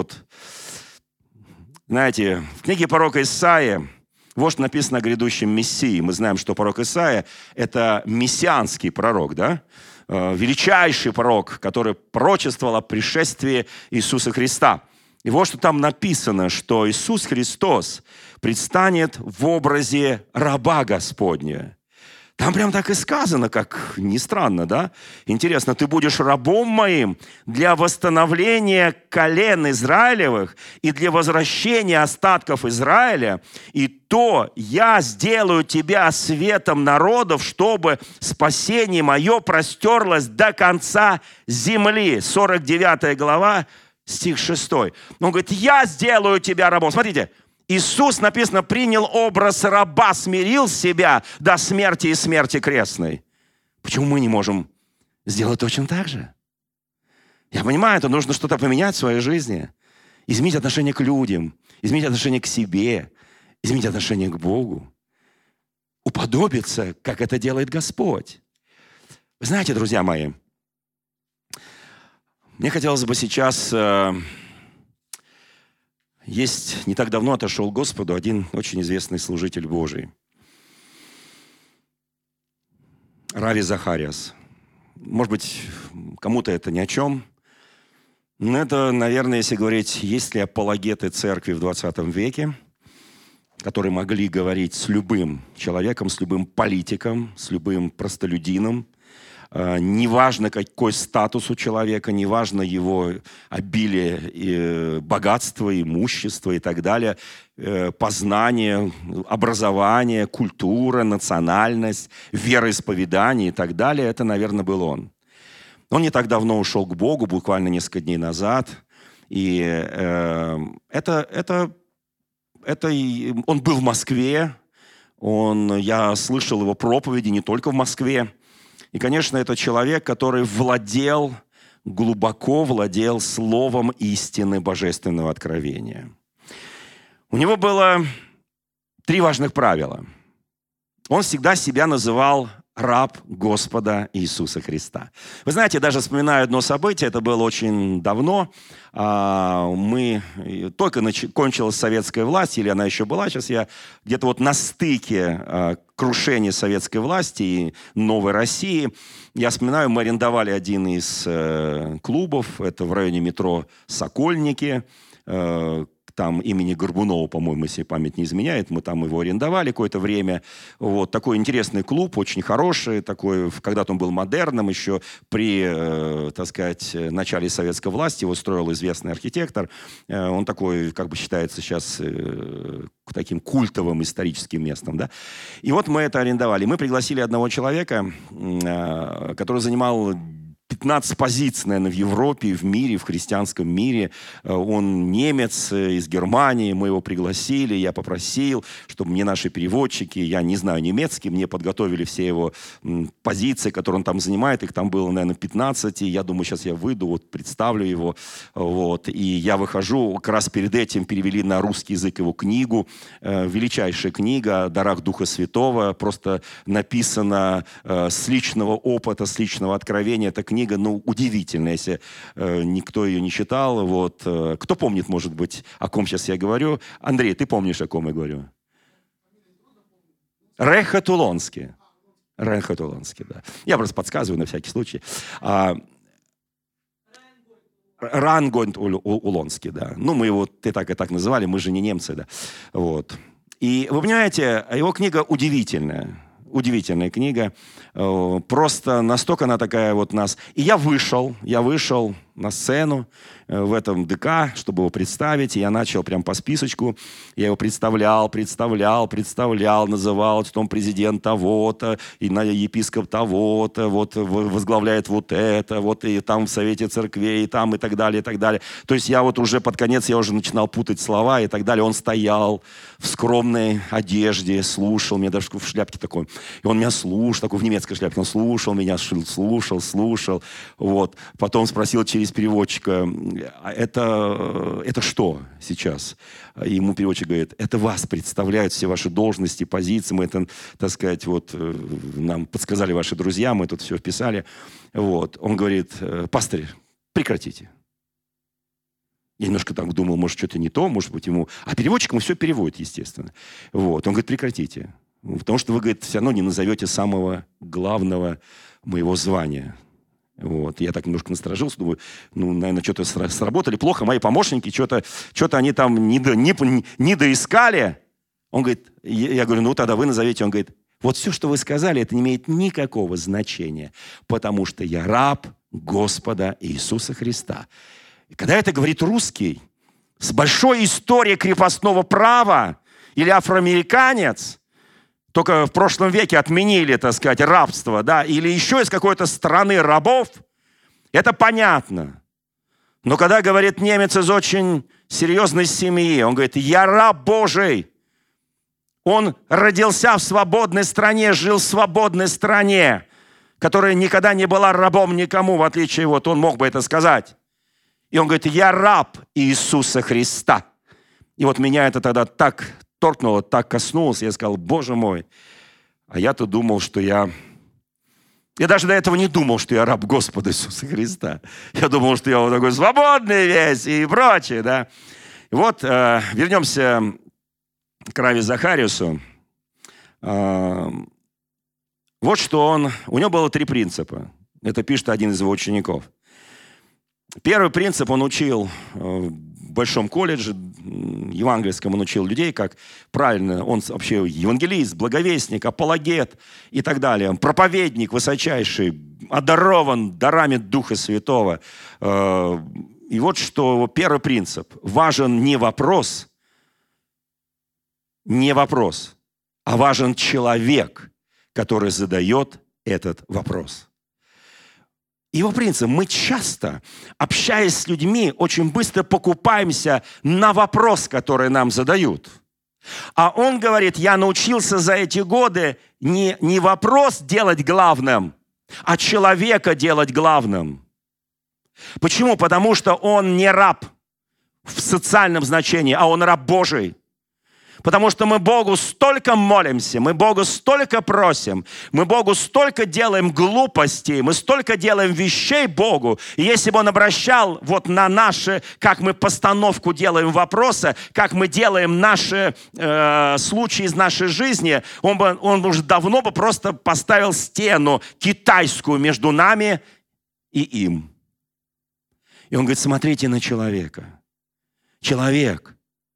знаете, в книге пророка Исаии вот написано о грядущем Мессии. Мы знаем, что пророк Исаия – это мессианский пророк, да? Величайший пророк, который пророчествовал о пришествии Иисуса Христа. И вот что там написано, что Иисус Христос предстанет в образе раба Господня. Там прям так и сказано, как ни странно, да? Интересно, ты будешь рабом моим для восстановления колен Израилевых и для возвращения остатков Израиля, и то я сделаю тебя светом народов, чтобы спасение мое простерлось до конца земли. 49 глава, стих 6. Он говорит, я сделаю тебя рабом. Смотрите, Иисус, написано, принял образ раба, смирил себя до смерти и смерти крестной. Почему мы не можем сделать точно так же? Я понимаю, это нужно что-то поменять в своей жизни. Изменить отношение к людям, изменить отношение к себе, изменить отношение к Богу. Уподобиться, как это делает Господь. Вы знаете, друзья мои, мне хотелось бы сейчас... не так давно отошел к Господу один очень известный служитель Божий. Рави Захариас. Может быть, кому-то это ни о чем. Но это, наверное, если говорить, есть ли апологеты церкви в 20 веке, которые могли говорить с любым человеком, с любым политиком, с любым простолюдином. Неважно, какой статус у человека, неважно его обилие, богатство, имущество и так далее, познание, образование, культура, национальность, вероисповедание и так далее, это, наверное, был он. Он не так давно ушел к Богу, буквально несколько дней назад, и он был в Москве, я слышал его проповеди не только в Москве. И, конечно, это человек, который глубоко владел словом истины божественного откровения. У него было 3 важных правила. Он всегда себя называл раб Господа Иисуса Христа. Вы знаете, я даже вспоминаю одно событие, это было очень давно. Только кончилась советская власть, или она еще была, сейчас я где-то на стыке крушения советской власти и новой России. Я вспоминаю, мы арендовали один из клубов, это в районе метро «Сокольники». там имени Горбунова, по-моему, если память не изменяет. Мы там его арендовали какое-то время. Вот. Такой интересный клуб, очень хороший. Такой, когда-то он был модерном, еще при, так сказать, начале советской власти его строил известный архитектор. Он такой, как бы считается сейчас таким культовым историческим местом. Да? И вот мы это арендовали. Мы пригласили одного человека, который занимал 15 позиций, наверное, в Европе, в мире, в христианском мире. Он немец из Германии, мы его пригласили, я попросил, чтобы мне наши переводчики, я не знаю немецкий, мне подготовили все его позиции, которые он там занимает, их там было, наверное, 15, и я думаю, сейчас я выйду, вот, представлю его, вот, и я выхожу, как раз перед этим перевели на русский язык его книгу, величайшая книга о дарах Духа Святого, просто написана с личного опыта, с личного откровения, эта книга, ну, удивительная, если никто ее не читал. Вот. Кто помнит, может быть, о ком сейчас я говорю? Андрей, ты помнишь, о ком я говорю? Рейнхард Улонский. Рейнхард Улонский, да. Я просто подсказываю на всякий случай. Рейнхард Улонский, да. Ну, мы его и так называли, мы же не немцы, да. Вот. И вы понимаете, его книга удивительная. Удивительная книга. Просто настолько она такая вот нас... И я вышел на сцену в этом ДК, чтобы его представить. И я начал прям по списочку. Я его представлял, называл, что он президент того-то, и епископ того-то, вот возглавляет вот это, вот и там в Совете Церквей, и там, и так далее, и так далее. То есть я вот уже под конец, я уже начинал путать слова и так далее. Он стоял в скромной одежде, слушал меня, даже в шляпке такой. И он меня слушал, такой в немецкой шляпке. Он слушал меня, слушал. Вот. Потом спросил через переводчика, это что сейчас? И ему переводчик говорит, это вас представляют, все ваши должности, позиции. Мы это, так сказать, вот нам подсказали ваши друзья, мы тут все вписали. Вот. Он говорит, пастырь, прекратите. Я немножко так думал, может, что-то не то, может быть, ему... А переводчик ему все переводит, естественно. Вот. Он говорит, прекратите. Потому что вы, говорит, все равно не назовете самого главного моего звания. Вот. Я так немножко насторожился, думаю, ну, наверное, что-то сработали плохо, мои помощники, что-то они там не доискали. Он говорит, я говорю, ну, тогда вы назовете. Он говорит, вот все, что вы сказали, это не имеет никакого значения, потому что я раб Господа Иисуса Христа. И когда это говорит русский, с большой историей крепостного права или афроамериканец, только в прошлом веке отменили, так сказать, рабство, да, или еще из какой-то страны рабов, это понятно. Но когда говорит немец из очень серьезной семьи, он говорит, я раб Божий. Он родился в свободной стране, жил в свободной стране, которая никогда не была рабом никому, в отличие от, он мог бы это сказать. И он говорит, я раб Иисуса Христа. И вот меня это тогда так торкнуло, так коснулось. Я сказал, Боже мой, а я-то думал, что я даже до этого не думал, что я раб Господа Иисуса Христа. Я думал, что я вот такой свободный весь и прочее, да. И вот вернемся к Равви Захариусу. Вот что у него было 3 принципа. Это пишет один из его учеников. Первый принцип он учил в большом колледже, евангельском он учил людей, как правильно, он вообще евангелист, благовестник, апологет и так далее. Проповедник высочайший, одарован дарами Духа Святого. И вот что первый принцип. Важен не вопрос, а важен человек, который задает этот вопрос. Его принцип. Мы часто, общаясь с людьми, очень быстро покупаемся на вопрос, который нам задают. А он говорит, я научился за эти годы не вопрос делать главным, а человека делать главным. Почему? Потому что он не раб в социальном значении, а он раб Божий. Потому что мы Богу столько молимся, мы Богу столько просим, мы Богу столько делаем глупостей, мы столько делаем вещей Богу. И если бы Он обращал вот на наши, как мы постановку делаем вопроса, как мы делаем наши случаи из нашей жизни, Он бы уже давно бы просто поставил стену китайскую между нами и им. И Он говорит, смотрите на человека. Человек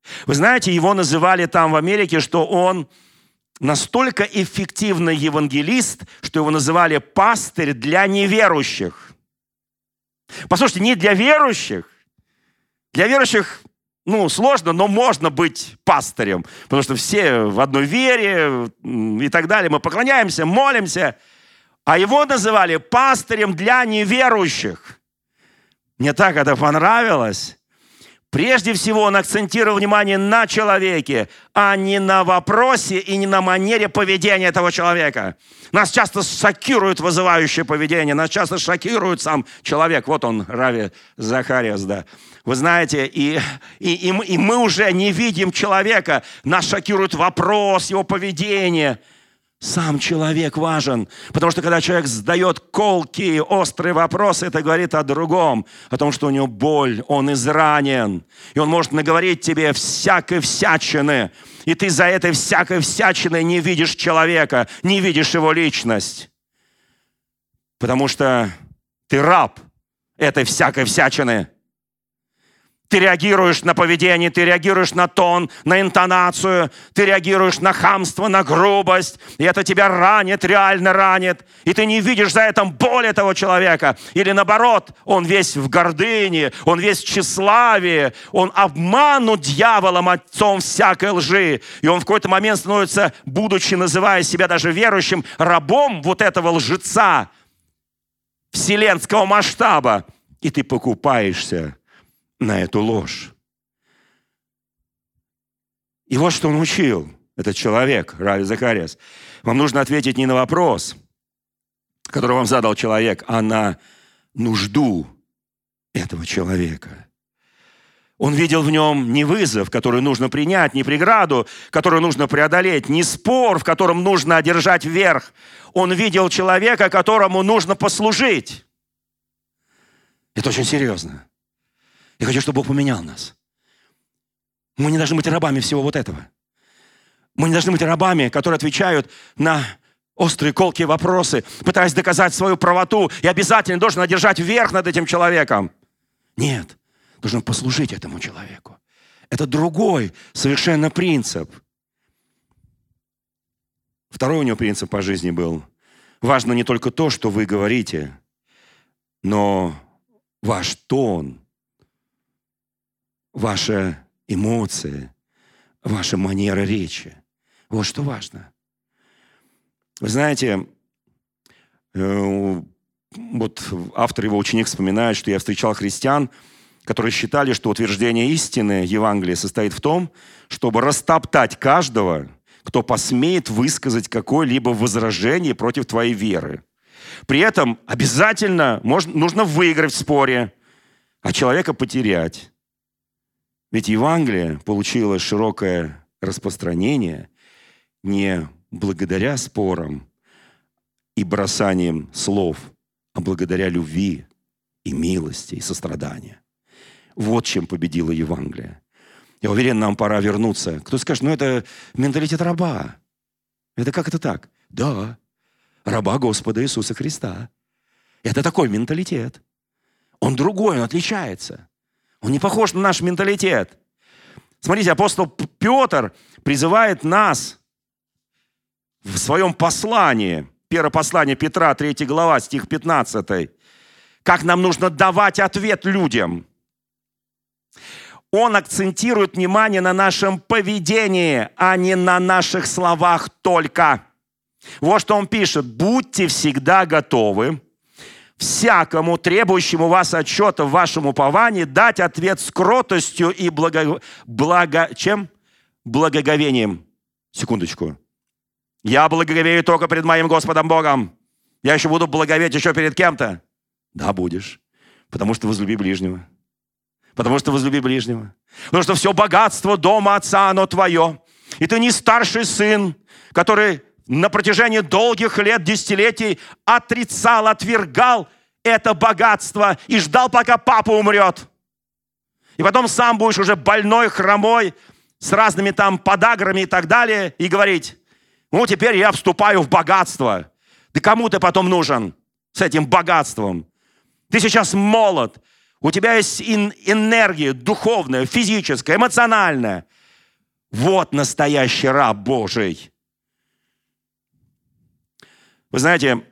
Вы знаете, его называли там в Америке, что он настолько эффективный евангелист, что его называли пастырь для неверующих. Послушайте, не для верующих. Для верующих, сложно, но можно быть пастырем, потому что все в одной вере и так далее. Мы поклоняемся, молимся. А его называли пастырем для неверующих. Мне так это понравилось. Прежде всего, он акцентировал внимание на человеке, а не на вопросе и не на манере поведения этого человека. Нас часто шокирует вызывающее поведение, нас часто шокирует сам человек. Вот он, Рави Захариас, да. Вы знаете, и мы уже не видим человека, нас шокирует вопрос, его поведение. Сам человек важен, потому что когда человек задает колкие, острые вопросы, это говорит о другом, о том, что у него боль, он изранен, и он может наговорить тебе всякой всячины, и ты за этой всякой всячиной не видишь человека, не видишь его личность, потому что ты раб этой всякой всячины. Ты реагируешь на поведение, ты реагируешь на тон, на интонацию, ты реагируешь на хамство, на грубость, и это тебя ранит, реально ранит, и ты не видишь за этим боль этого человека. Или наоборот, он весь в гордыне, он весь в тщеславии, он обманут дьяволом, отцом всякой лжи, и он в какой-то момент становится, будучи называя себя даже верующим, рабом вот этого лжеца вселенского масштаба, и ты покупаешься на эту ложь. И вот что он учил, этот человек, Рави Захариас. Вам нужно ответить не на вопрос, который вам задал человек, а на нужду этого человека. Он видел в нем не вызов, который нужно принять, не преграду, которую нужно преодолеть, не спор, в котором нужно одержать верх. Он видел человека, которому нужно послужить. Это очень серьезно. Я хочу, чтобы Бог поменял нас. Мы не должны быть рабами всего вот этого. Мы не должны быть рабами, которые отвечают на острые, колкие вопросы, пытаясь доказать свою правоту, и обязательно должен одержать верх над этим человеком. Нет, должен послужить этому человеку. Это другой совершенно принцип. Второй у него принцип по жизни был. Важно не только то, что вы говорите, но ваш тон, ваши эмоции, ваша манера речи. Вот что важно. Вы знаете, вот автор, его ученик вспоминает, что я встречал христиан, которые считали, что утверждение истины Евангелия состоит в том, чтобы растоптать каждого, кто посмеет высказать какое-либо возражение против твоей веры. При этом обязательно нужно выиграть в споре, а человека потерять. Ведь Евангелие получило широкое распространение не благодаря спорам и бросаниям слов, а благодаря любви и милости и состраданию. Вот чем победило Евангелие. Я уверен, нам пора вернуться. Кто скажет, это менталитет раба. Это как это так? Да, раба Господа Иисуса Христа. Это такой менталитет. Он другой, он отличается. Он не похож на наш менталитет. Смотрите, апостол Петр призывает нас в своем послании, первое послание Петра, 3 глава, стих 15, как нам нужно давать ответ людям. Он акцентирует внимание на нашем поведении, а не на наших словах только. Вот что он пишет. «Будьте всегда готовы всякому, требующему вас отчета в вашем уповании, дать ответ с кротостью и благоговением». Секундочку. Я благоговею только пред моим Господом Богом. Я еще буду благоговеть еще перед кем-то. Да, будешь. Потому что возлюби ближнего. Потому что возлюби ближнего. Потому что все богатство дома отца, оно твое. И ты не старший сын, который на протяжении долгих лет, десятилетий отрицал, отвергал это богатство и ждал, пока папа умрет. И потом сам будешь уже больной, хромой, с разными там подаграми и так далее, и говорить, теперь я вступаю в богатство. Да кому ты потом нужен с этим богатством? Ты сейчас молод, у тебя есть энергия духовная, физическая, эмоциональная. Вот настоящий раб Божий. Вы знаете,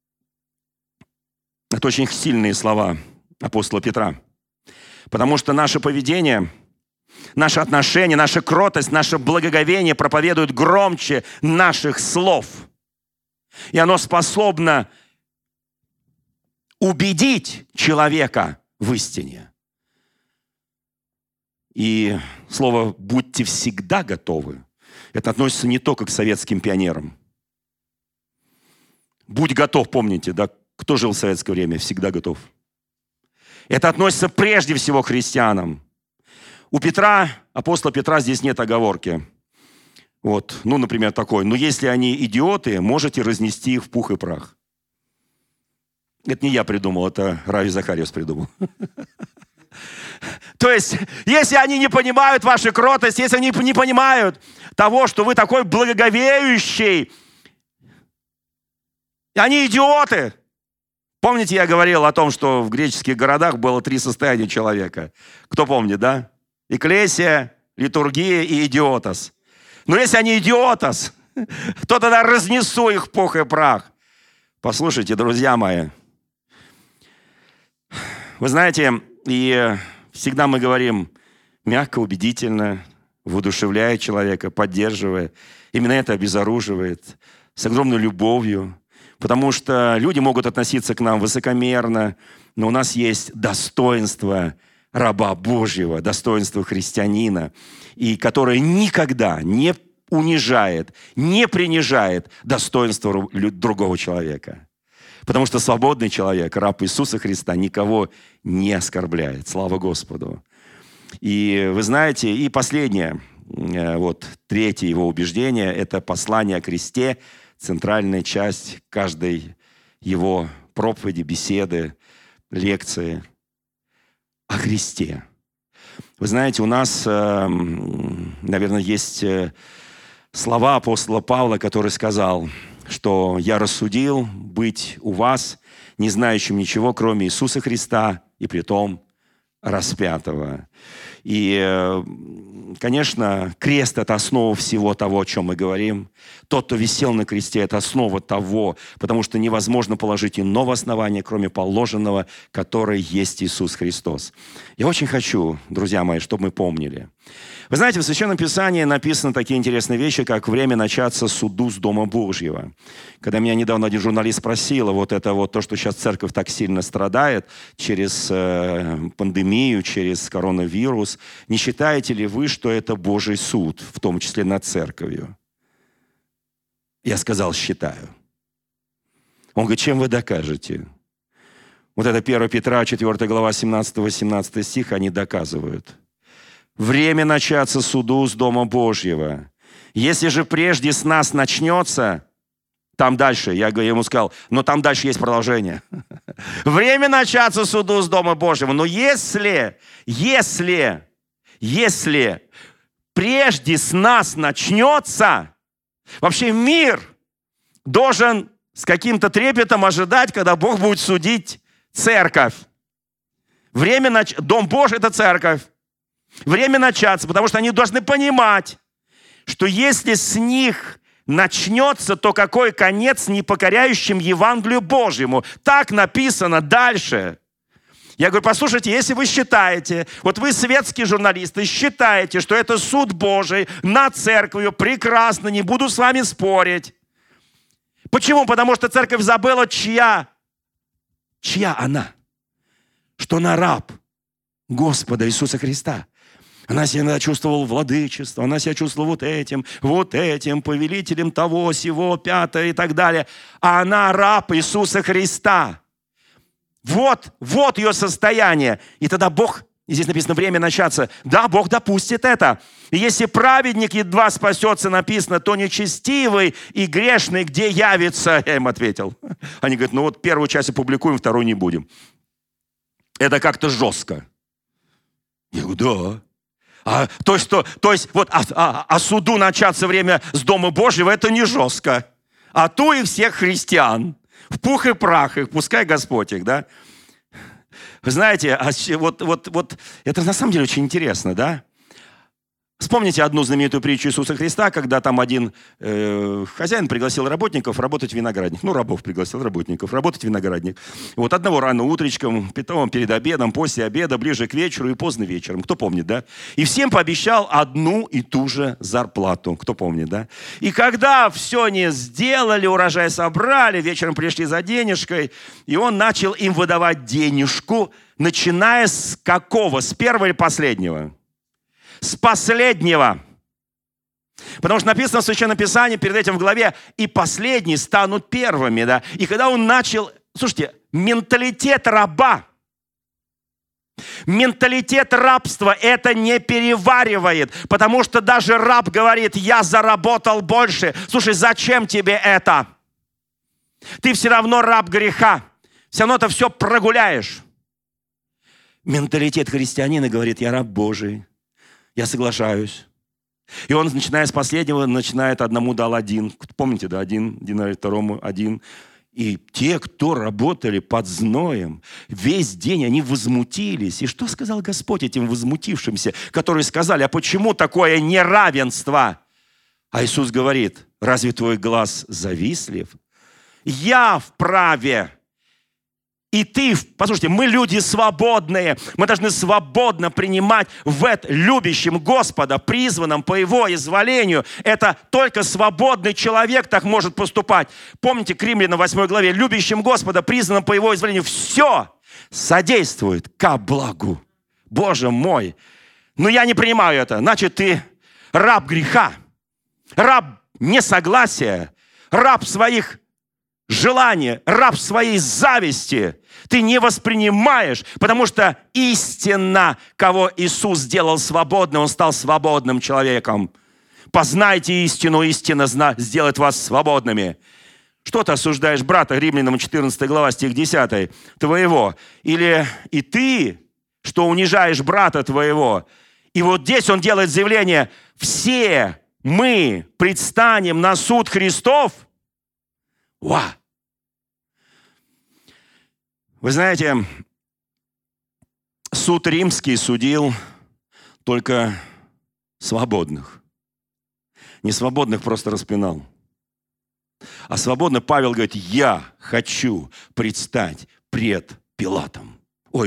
это очень сильные слова апостола Петра. Потому что наше поведение, наше отношение, наша кротость, наше благоговение проповедуют громче наших слов. И оно способно убедить человека в истине. И слово «будьте всегда готовы» это относится не только к советским пионерам. Будь готов, помните, да? Кто жил в советское время, всегда готов. Это относится прежде всего к христианам. У Петра, апостола Петра, здесь нет оговорки. Вот, например, такой. Но если они идиоты, можете разнести их в пух и прах. Это не я придумал, это Рави Захариус придумал. То есть, если они не понимают вашу кротость, если они не понимают того, что вы такой благоговеющий, они идиоты. Помните, я говорил о том, что в греческих городах было 3 состояния человека? Кто помнит, да? Экклесия, литургия и идиотос. Но если они идиотос, то тогда разнесу их в пух и прах. Послушайте, друзья мои, вы знаете, и всегда мы говорим мягко, убедительно, воодушевляя человека, поддерживая. Именно это обезоруживает, с огромной любовью. Потому что люди могут относиться к нам высокомерно, но у нас есть достоинство раба Божьего, достоинство христианина, и которое никогда не унижает, не принижает достоинство другого человека. Потому что свободный человек, раб Иисуса Христа, никого не оскорбляет. Слава Господу. И вы знаете, и последнее, третье его убеждение, это послание о кресте, центральная часть каждой его проповеди, беседы, лекции о Христе. Вы знаете, у нас, наверное, есть слова апостола Павла, который сказал, что «я рассудил быть у вас, не знающим ничего, кроме Иисуса Христа, и притом распятого». И, конечно, крест – это основа всего того, о чем мы говорим. Тот, кто висел на кресте – это основа того, потому что невозможно положить иного основания, кроме положенного, которое есть Иисус Христос. Я очень хочу, друзья мои, чтобы мы помнили. Вы знаете, в Священном Писании написаны такие интересные вещи, как время начаться суду с Дома Божьего. Когда меня недавно один журналист спросил, то, что сейчас церковь так сильно страдает через пандемию, через коронавирус, не считаете ли вы, что это Божий суд, в том числе над церковью? Я сказал, считаю. Он говорит, чем вы докажете? Это 1 Петра, 4 глава, 17-18 стих, они доказывают. Время начаться суду с Дома Божьего. Если же прежде с нас начнется, там дальше, я ему сказал, но там дальше есть продолжение. Время начаться суду с Дома Божьего. Но если прежде с нас начнется, вообще мир должен с каким-то трепетом ожидать, когда Бог будет судить церковь. Дом Божий – это церковь. Время начаться, потому что они должны понимать, что если с них начнется, то какой конец непокоряющим Евангелию Божьему? Так написано дальше. Я говорю, послушайте, если вы считаете, вы светские журналисты, считаете, что это суд Божий над церковью, прекрасно, не буду с вами спорить. Почему? Потому что церковь забыла, чья она. Что она раб Господа Иисуса Христа. Она себя чувствовала владычество, она себя чувствовала вот этим, повелителем того, сего, пятое и так далее. А она раб Иисуса Христа. Вот ее состояние. И тогда Бог, и здесь написано, время начаться. Да, Бог допустит это. И если праведник едва спасется, написано, то нечестивый и грешный где явится? Я им ответил. Они говорят, первую часть опубликуем, вторую не будем. Это как-то жестко. Я говорю, да. Суду начаться время с Дома Божьего, это не жестко. А то и всех христиан. В пух и прах их, пускай Господь их, да. Вы знаете, это на самом деле очень интересно, да. Вспомните одну знаменитую притчу Иисуса Христа, когда там один хозяин пригласил работников работать в виноградник. Ну, рабов пригласил работников работать в виноградник. Вот одного рано утречком, потом перед обедом, после обеда, ближе к вечеру и поздно вечером. Кто помнит, да? И всем пообещал одну и ту же зарплату. Кто помнит, да? И когда все они сделали, урожай собрали, вечером пришли за денежкой, и он начал им выдавать денежку, начиная с какого? С первого или последнего? С последнего. Потому что написано в Священном Писании перед этим в главе, и последние станут первыми. Да? И когда он начал, слушайте, менталитет раба, менталитет рабства это не переваривает, потому что даже раб говорит, я заработал больше. Слушай, зачем тебе это? Ты все равно раб греха, все равно это все прогуляешь. Менталитет христианина говорит, я раб Божий. Я соглашаюсь. И он, начиная с последнего, начинает одному дал один. Помните, да, один, динарий, второму один. И те, кто работали под зноем, весь день они возмутились. И что сказал Господь этим возмутившимся, которые сказали, а почему такое неравенство? А Иисус говорит, разве твой глаз завистлив? Я вправе. И ты, послушайте, мы люди свободные, мы должны свободно принимать в это любящем Господа, призванном по Его изволению. Это только свободный человек так может поступать. Помните, к Римлянам 8 главе, любящим Господа, призванном по Его изволению, все содействует ко благу. Боже мой! Но я не принимаю это. Значит, ты раб греха, раб несогласия, раб своих желание, раб своей зависти ты не воспринимаешь, потому что истинно, кого Иисус сделал свободным, Он стал свободным человеком. Познайте истину, истина сделает вас свободными. Что ты осуждаешь брата, Римлянам 14 глава, стих 10, твоего? Или и ты, что унижаешь брата твоего? И вот здесь он делает заявление, все мы предстанем на суд Христов. Вы знаете, суд римский судил только свободных. Несвободных просто распинал. А свободно Павел говорит, я хочу предстать пред Пилатом.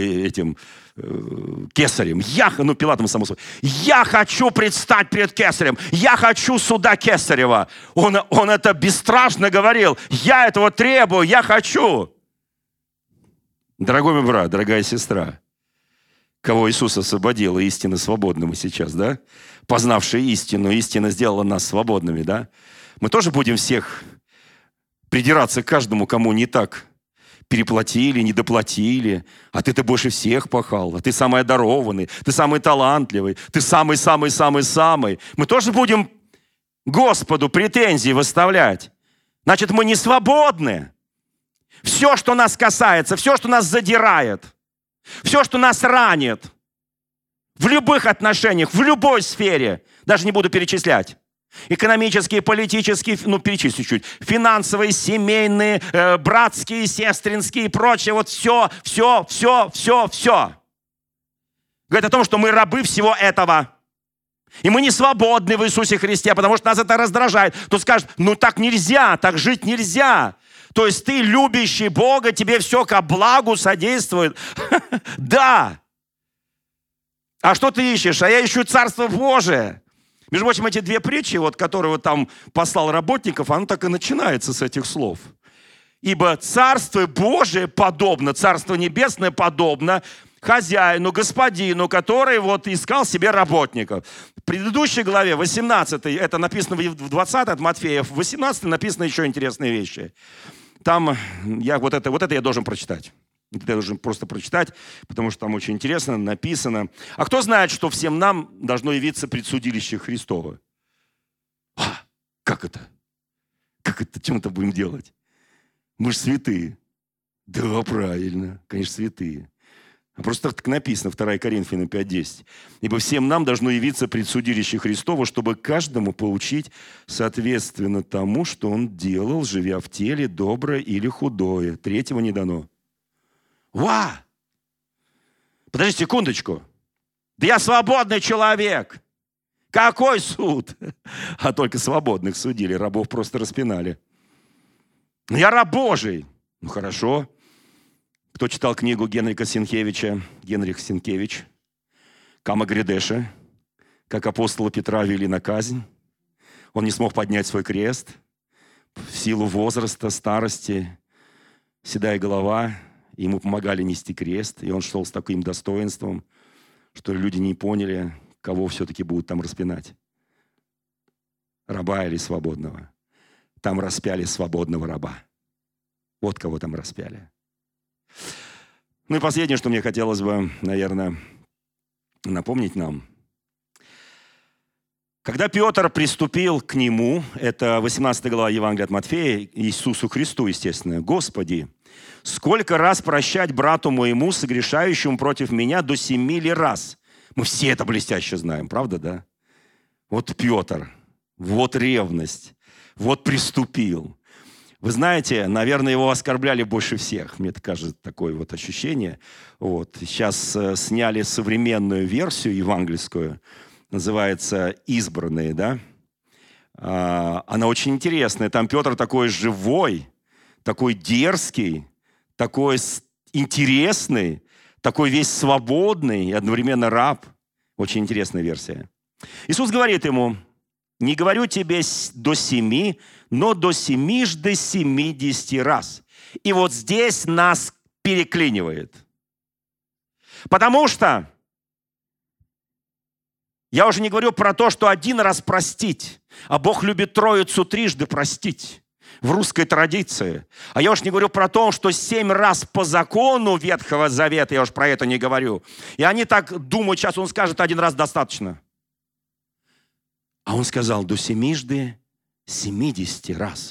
Кесарем. Пилатом, само собой. Я хочу предстать пред Кесарем. Я хочу суда Кесарева. Он это бесстрашно говорил. Я этого требую, я хочу. Дорогой мой брат, дорогая сестра, кого Иисус освободил, и истинно свободны мы сейчас, да? Познавшие истину, истина сделала нас свободными, да? Мы тоже будем всех придираться к каждому, кому не так переплатили, недоплатили, а ты-то больше всех пахал, а ты самый одарованный, ты самый талантливый, ты самый-самый-самый-самый. Мы тоже будем Господу претензии выставлять. Значит, мы не свободны. Все, что нас касается, все, что нас задирает, все, что нас ранит, в любых отношениях, в любой сфере, даже не буду перечислять, экономические, политические, перечислю чуть, финансовые, семейные, братские, сестринские и прочее, вот все. Говорит о том, что мы рабы всего этого. И мы не свободны в Иисусе Христе, потому что нас это раздражает. Кто скажет, так нельзя, так жить нельзя. То есть ты, любящий Бога, тебе все ко благу содействует. Да. А что ты ищешь? А я ищу Царство Божие. Между прочим, эти две притчи, которые там послал работников, оно так и начинается с этих слов. Ибо Царство Божие подобно, Царство Небесное подобно хозяину, господину, который искал себе работников. В предыдущей главе, 18, это написано в 20 от Матфея, в 18 написаны еще интересные вещи. Там вот это я должен прочитать. Это я должен просто прочитать, потому что там очень интересно написано. А кто знает, что всем нам должно явиться предсудилище Христово? Как это? Чем это будем делать? Мы же святые. Да, правильно, конечно, святые. Просто так написано, 2 Коринфянам 5:10. «Ибо всем нам должно явиться предсудилище Христово, чтобы каждому получить соответственно тому, что он делал, живя в теле, доброе или худое». Третьего не дано. Подожди секундочку. Да я свободный человек. Какой суд? А только свободных судили, рабов просто распинали. Я раб Божий. Ну, хорошо. Кто читал книгу Генрих Сенкевич, Кама Гридеша, как апостола Петра вели на казнь. Он не смог поднять свой крест. В силу возраста, старости, седая голова, ему помогали нести крест. И он шел с таким достоинством, что люди не поняли, кого все-таки будут там распинать. Раба или свободного. Там распяли свободного раба. Вот кого там распяли. Ну и последнее, что мне хотелось бы, наверное, напомнить нам. Когда Петр приступил к нему, это 18 глава Евангелия от Матфея, Иисусу Христу, естественно, «Господи, сколько раз прощать брату моему, согрешающему против меня, до 7 раз?» Мы все это блестяще знаем, правда, да? Вот Петр, вот ревность, вот приступил. Вы знаете, наверное, его оскорбляли больше всех. Мне кажется, такое вот ощущение. Вот. Сейчас сняли современную версию евангельскую, называется «Избранные», да? Она очень интересная. Там Петр такой живой, такой дерзкий, такой интересный, такой весь свободный и одновременно раб. Очень интересная версия. Иисус говорит ему: «Не говорю тебе до 7, но до 70 раз». И вот здесь нас переклинивает. Потому что я уже не говорю про то, что 1 раз простить, а Бог любит Троицу трижды простить в русской традиции. А я уж не говорю про то, что 7 раз по закону Ветхого Завета, я уж про это не говорю. И они так думают, сейчас он скажет 1 раз достаточно. А он сказал до 70 раз.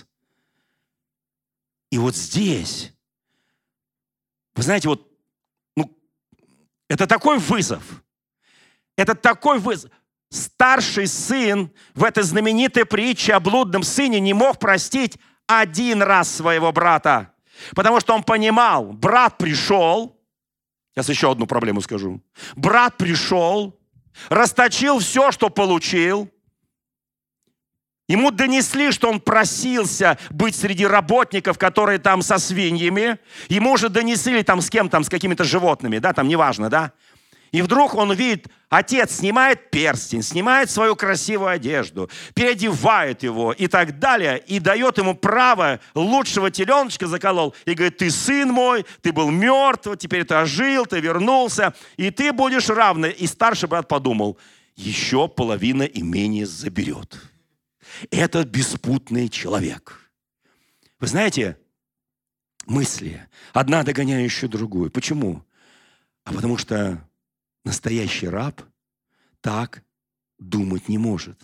И вот здесь, вы знаете, вот, это такой вызов. Это такой вызов. Старший сын в этой знаменитой притче о блудном сыне не мог простить 1 раз своего брата. Потому что он понимал, брат пришел, сейчас еще одну проблему скажу. Брат пришел, расточил все, что получил. Ему донесли, что он просился быть среди работников, которые там со свиньями. Ему уже донесли там с кем там, с какими-то животными, да, там неважно, да. И вдруг он видит, отец снимает перстень, снимает свою красивую одежду, переодевает его и так далее, и дает ему право, лучшего теленочка заколол, и говорит: ты сын мой, ты был мертв, теперь ты ожил, ты вернулся, и ты будешь равный. И старший брат подумал: еще половина имения заберет. Это беспутный человек. Вы знаете, мысли, одна догоняющая другую. Почему? А потому что настоящий раб так думать не может.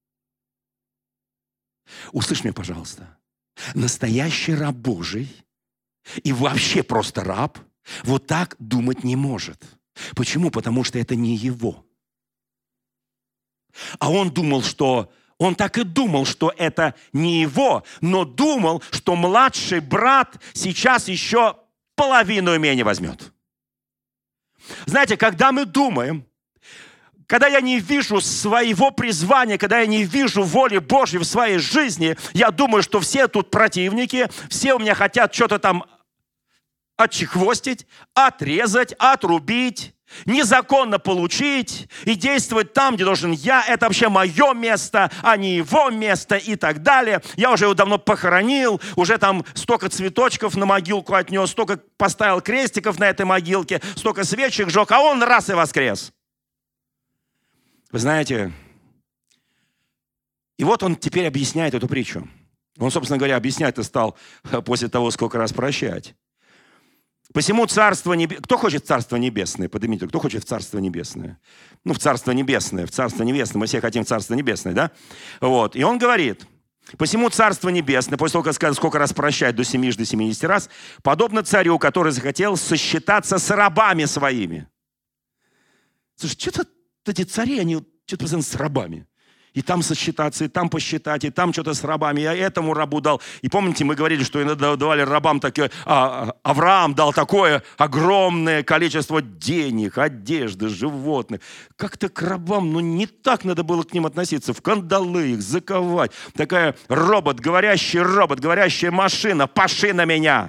Услышь меня, пожалуйста. Настоящий раб Божий и вообще просто раб вот так думать не может. Почему? Потому что это не его. А он так и думал, что это не его, но думал, что младший брат сейчас еще половину имения возьмет. Знаете, когда мы думаем, когда я не вижу своего призвания, когда я не вижу воли Божьей в своей жизни, я думаю, что все тут противники, все у меня хотят что-то там отчехвостить, отрезать, отрубить, незаконно получить и действовать там, где должен я. Это вообще мое место, а не его место и так далее. Я уже его давно похоронил, уже там столько цветочков на могилку отнес, столько поставил крестиков на этой могилке, столько свечек сжег, а он раз и воскрес. Вы знаете, и вот он теперь объясняет эту притчу. Он, собственно говоря, объяснять-то стал после того, сколько раз прощать. Посему Царство Небесное... Кто хочет в Царство Небесное? Поднимите, кто хочет в Царство Небесное? В Царство Небесное, мы все хотим в Царство Небесное, да? Вот. И он говорит: посему Царство Небесное, после того, как сказал, сколько раз прощать, до 70 раз, подобно царю, который захотел сосчитаться с рабами своими. Слушай, что-то эти цари, они что-то постоянно с рабами. И там сосчитаться, и там посчитать, и там что-то с рабами. Я этому рабу дал. И помните, мы говорили, что иногда давали рабам такие... Авраам дал такое огромное количество денег, одежды, животных. Как-то к рабам, не так надо было к ним относиться. В кандалы их заковать. Такая говорящая машина. Паши на меня.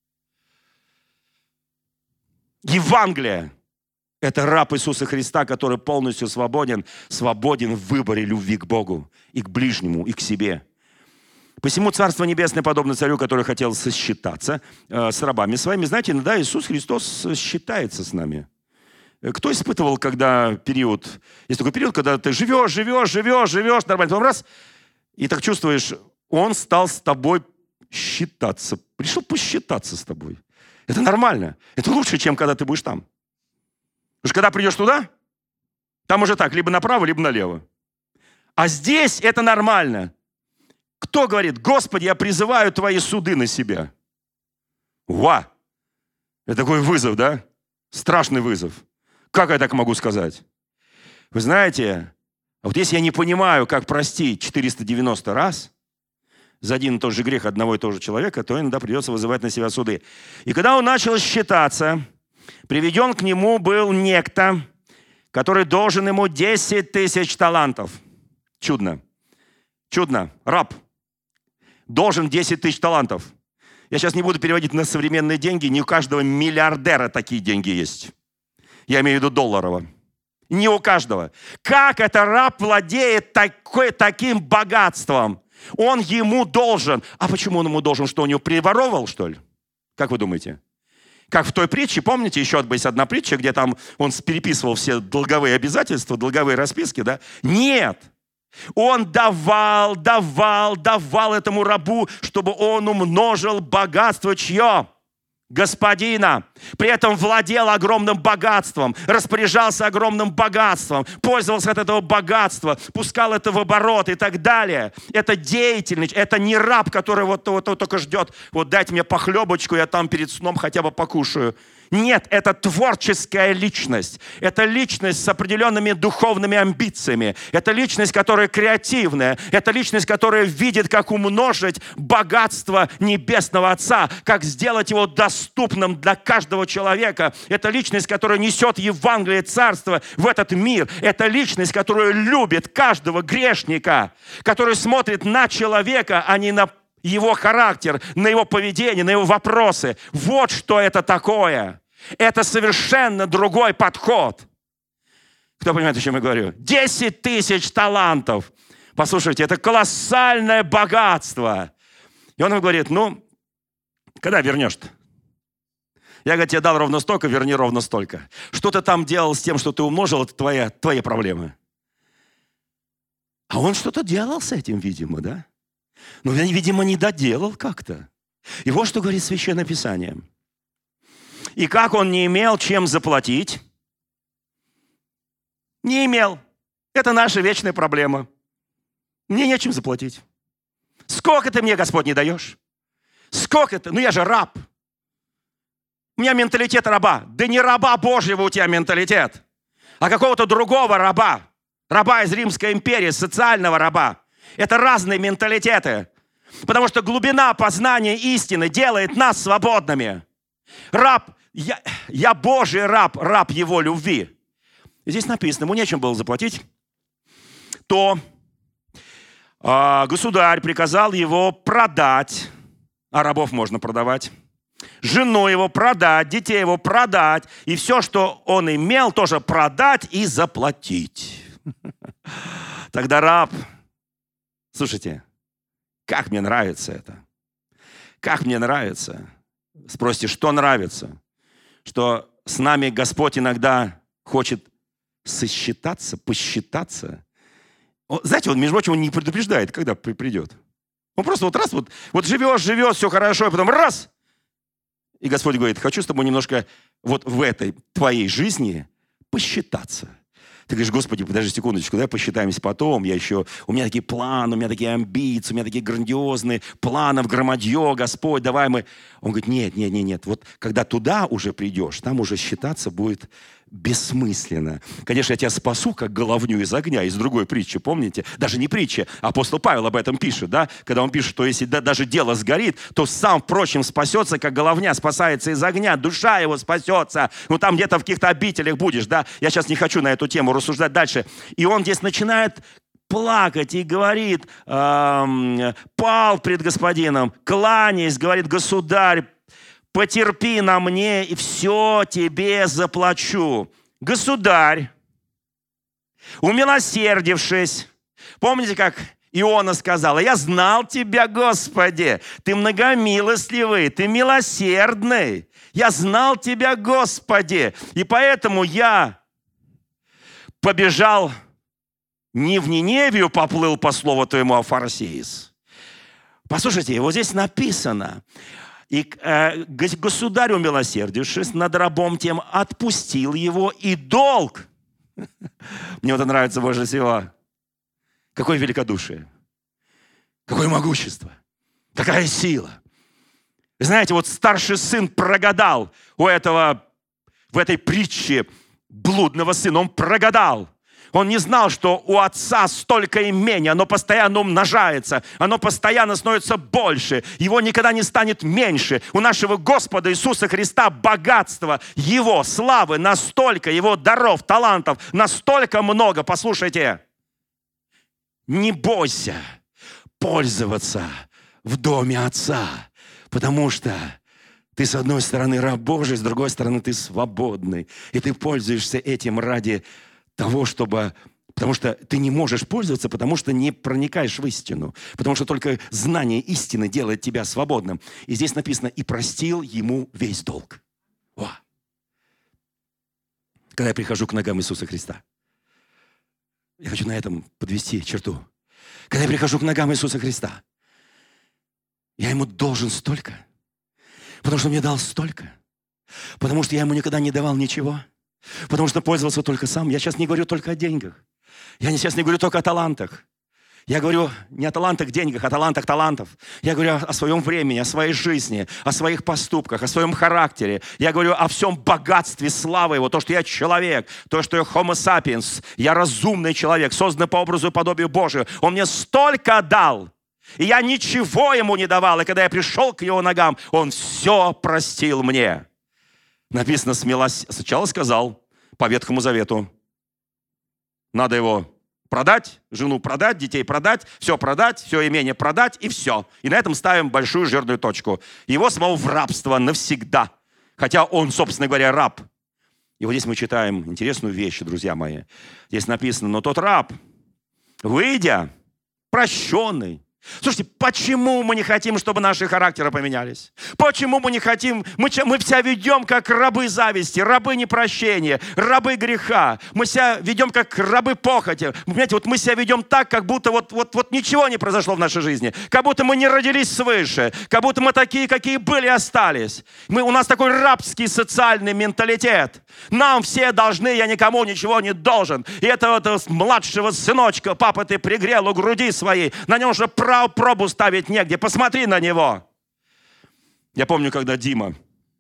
Евангелие. Это раб Иисуса Христа, который полностью свободен в выборе любви к Богу и к ближнему, и к себе. Посему Царство Небесное подобно царю, который хотел сосчитаться с рабами своими. Знаете, иногда Иисус Христос считается с нами. Кто испытывал, когда период, есть такой период, когда ты живешь, нормально, потом раз, и так чувствуешь, Он стал с тобой считаться, пришел посчитаться с тобой. Это нормально. Это лучше, чем когда ты будешь там. Потому что когда придешь туда, там уже так, либо направо, либо налево. А здесь это нормально. Кто говорит: Господи, я призываю Твои суды на себя? Это такой вызов, да? Страшный вызов. Как я так могу сказать? Вы знаете, вот если я не понимаю, как простить 490 раз за один и тот же грех одного и того же человека, то иногда придется вызывать на себя суды. И когда он начал считаться, приведен к нему был некто, который должен ему 10 тысяч талантов. Чудно. Раб должен 10 тысяч талантов. Я сейчас не буду переводить на современные деньги. Не у каждого миллиардера такие деньги есть. Я имею в виду долларово. Не у каждого. Как это раб владеет таким богатством? Он ему должен. А почему он ему должен? Что, он его приворовал, что ли? Как вы думаете? Как в той притче, помните, еще есть одна притча, где там он переписывал все долговые обязательства, долговые расписки, да? Нет! Он давал этому рабу, чтобы он умножил богатство чье? Господина. При этом владел огромным богатством, распоряжался огромным богатством, пользовался от этого богатства, пускал это в оборот и так далее. Это деятельность, это не раб, который вот только ждет: вот дайте мне похлебочку, я там перед сном хотя бы покушаю. Нет, это творческая личность. Это личность с определенными духовными амбициями. Это личность, которая креативная. Это личность, которая видит, как умножить богатство Небесного Отца, как сделать его доступным для каждого человека. Это личность, которая несет Евангелие Царства в этот мир. Это личность, которая любит каждого грешника, который смотрит на человека, а не на его характер, на его поведение, на его вопросы. Вот что это такое. Это совершенно другой подход. Кто понимает, о чем я говорю? 10 тысяч талантов. Послушайте, это колоссальное богатство. И он ему говорит: когда вернешь-то? Я, говорю, тебе дал ровно столько, верни ровно столько. Что ты там делал с тем, что ты умножил, это твои проблемы. А он что-то делал с этим, видимо, да? Видимо, не доделал как-то. И вот что говорит Священное Писание. И как он не имел чем заплатить? Не имел. Это наша вечная проблема. Мне нечем заплатить. Сколько ты мне, Господь, не даешь? Сколько ты? Я же раб. У меня менталитет раба. Да не раба Божьего у тебя менталитет, а какого-то другого раба. Раба из Римской империи, социального раба. Это разные менталитеты. Потому что глубина познания истины делает нас свободными. Раб, я Божий раб, раб Его любви. И здесь написано, ему нечем было заплатить. То государь приказал его продать, а рабов можно продавать. Жену его продать, детей его продать. И все, что он имел, тоже продать и заплатить. Тогда раб... Слушайте, как мне нравится это. Как мне нравится. Спросите, что нравится? Что с нами Господь иногда хочет сосчитаться, посчитаться. Знаете, он, между прочим, он не предупреждает, когда придет. Он просто вот живет, все хорошо, и потом раз. И Господь говорит: хочу с тобой немножко вот в этой твоей жизни посчитаться. Ты говоришь: Господи, подожди секундочку, давай посчитаемся потом. У меня такие планы, у меня такие амбиции, у меня такие грандиозные планы в громадье, Господь, давай мы... Он говорит: нет. Вот когда туда уже придешь, там уже считаться будет бессмысленно. Конечно, я тебя спасу, как головню из огня, из другой притчи, помните? Даже не притча, апостол Павел об этом пишет, да? Когда он пишет, что если даже дело сгорит, то сам, впрочем, спасется, как головня спасается из огня, душа его спасется. Ну, там где-то в каких-то обителях будешь, да? Я сейчас не хочу на эту тему рассуждать дальше. И он здесь начинает плакать и говорит: пал пред господином, кланяясь, говорит: государь, потерпи на мне, и все тебе заплачу. Государь, умилосердившись, помните, как Иона сказала: я знал тебя, Господи, ты многомилостливый, ты милосердный. Я знал тебя, Господи, и поэтому я побежал, не в Ниневию поплыл по слову твоему, а в Фарсеис. Послушайте, вот здесь написано: и государь, умилосердившись над рабом тем, отпустил его, и долг. Мне вот это нравится больше всего. Какое великодушие, какое могущество, какая сила. Вы знаете, вот старший сын прогадал в этой притче блудного сына. Он прогадал. Он не знал, что у отца столько имения, оно постоянно умножается, оно постоянно становится больше, его никогда не станет меньше. У нашего Господа Иисуса Христа богатство Его славы настолько, Его даров, талантов настолько много. Послушайте, не бойся пользоваться в доме Отца, потому что ты, с одной стороны, раб Божий, с другой стороны, ты свободный, и ты пользуешься этим ради того, потому что ты не можешь пользоваться, потому что не проникаешь в истину. Потому что только знание истины делает тебя свободным. И здесь написано: и простил ему весь долг. О! Когда я прихожу к ногам Иисуса Христа, я хочу на этом подвести черту. Когда я прихожу к ногам Иисуса Христа, я ему должен столько, потому что он мне дал столько, потому что я ему никогда не давал ничего. Потому что пользовался только сам. Я сейчас не говорю только о деньгах. Я сейчас не говорю только о талантах. Я говорю не о талантах, деньгах, а о талантах талантов. Я говорю о своем времени, о своей жизни, о своих поступках, о своем характере. Я говорю о всем богатстве славы Его. То, что я человек, то, что я homo sapiens, я разумный человек, созданный по образу и подобию Божию. Он мне столько дал. И я ничего Ему не давал. И когда я пришел к Его ногам, Он все простил мне. Написано, сначала сказал по Ветхому Завету: надо его продать, жену продать, детей продать, все имение продать, и все. И на этом ставим большую жирную точку. Его самого в рабство навсегда. Хотя он, собственно говоря, раб. И вот здесь мы читаем интересную вещь, друзья мои. Здесь написано: но тот раб, выйдя, прощенный. Слушайте, почему мы не хотим, чтобы наши характеры поменялись? Почему мы не хотим? Мы себя ведем как рабы зависти, рабы непрощения, рабы греха. Мы себя ведем как рабы похоти. Понимаете, вот мы себя ведем так, как будто вот ничего не произошло в нашей жизни. Как будто мы не родились свыше. Как будто мы такие, какие были, остались. У нас такой рабский социальный менталитет. Нам все должны, я никому ничего не должен. И этого младшего сыночка, папа, ты пригрел у груди своей. На нем же пробу ставить негде. Посмотри на него. Я помню, когда Дима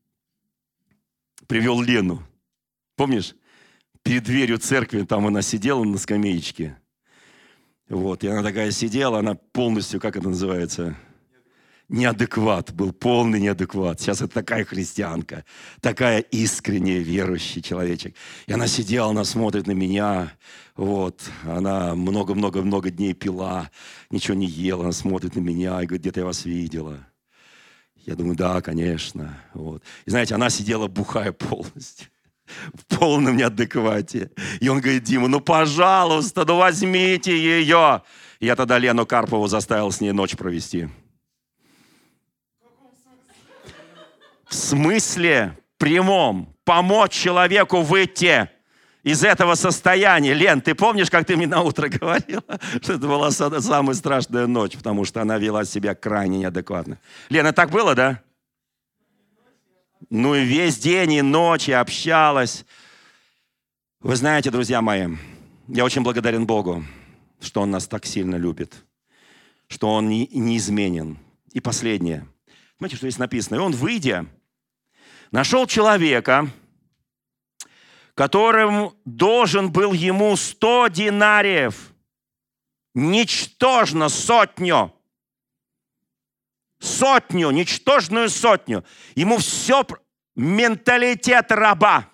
привел Лену. Помнишь? Перед дверью церкви, там она сидела на скамеечке. Вот, и она такая сидела, она полностью, как это называется? Неадекват, был полный неадекват. Сейчас это такая христианка, такая искренняя, верующий человечек. И она сидела, она смотрит на меня, вот, она много-много-много дней пила, ничего не ела, она смотрит на меня и говорит: где-то я вас видела. Я думаю: да, конечно. Вот. И знаете, она сидела бухая полностью, в полном неадеквате. И он говорит: Дима, ну пожалуйста, ну возьмите ее. И я тогда Лену Карпову заставил с ней ночь провести. В смысле прямом помочь человеку выйти из этого состояния. Лен, ты помнишь, как ты мне на утро говорила, что это была самая страшная ночь, потому что она вела себя крайне неадекватно. Лена, так было, да? Ну и весь день и ночь и общалась. Вы знаете, друзья мои, я очень благодарен Богу, что Он нас так сильно любит, что Он неизменен. И последнее. Смотрите, что здесь написано. И он, выйдя, нашел человека, которым должен был ему 100 динариев. Ничтожно сотню. Сотню, ничтожную сотню. Ему все менталитет раба.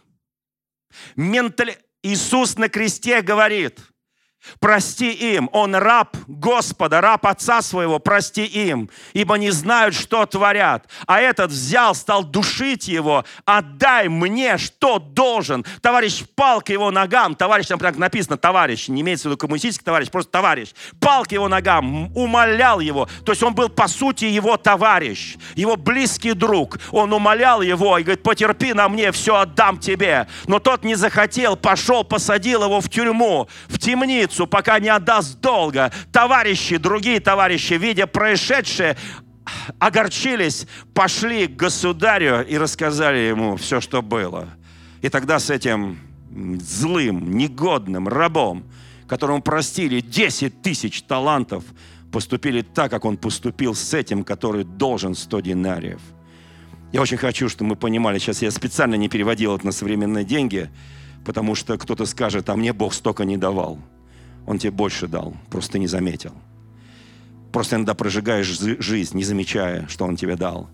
Иисус на кресте говорит: прости им, он раб Господа, раб Отца своего, прости им, ибо не знают, что творят. А этот взял, стал душить его: отдай мне, что должен. Товарищ пал к его ногам, товарищ, там прям написано товарищ, не имеется в виду коммунистический товарищ, просто товарищ, пал к его ногам, умолял его. То есть он был, по сути, его товарищ, его близкий друг. Он умолял его и говорит: потерпи на мне, все отдам тебе. Но тот не захотел, пошел, посадил его в тюрьму, в темницу, пока не отдаст долга. Товарищи, другие товарищи, видя происшедшее, огорчились, пошли к государю и рассказали ему все, что было. И тогда с этим злым, негодным рабом, которому простили 10 тысяч талантов, поступили так, как он поступил с этим, который должен 100 динариев. Я очень хочу, чтобы мы понимали, сейчас я специально не переводил это на современные деньги, потому что кто-то скажет: а мне Бог столько не давал. Он тебе больше дал, просто ты не заметил. Просто иногда прожигаешь жизнь, не замечая, что Он тебе дал.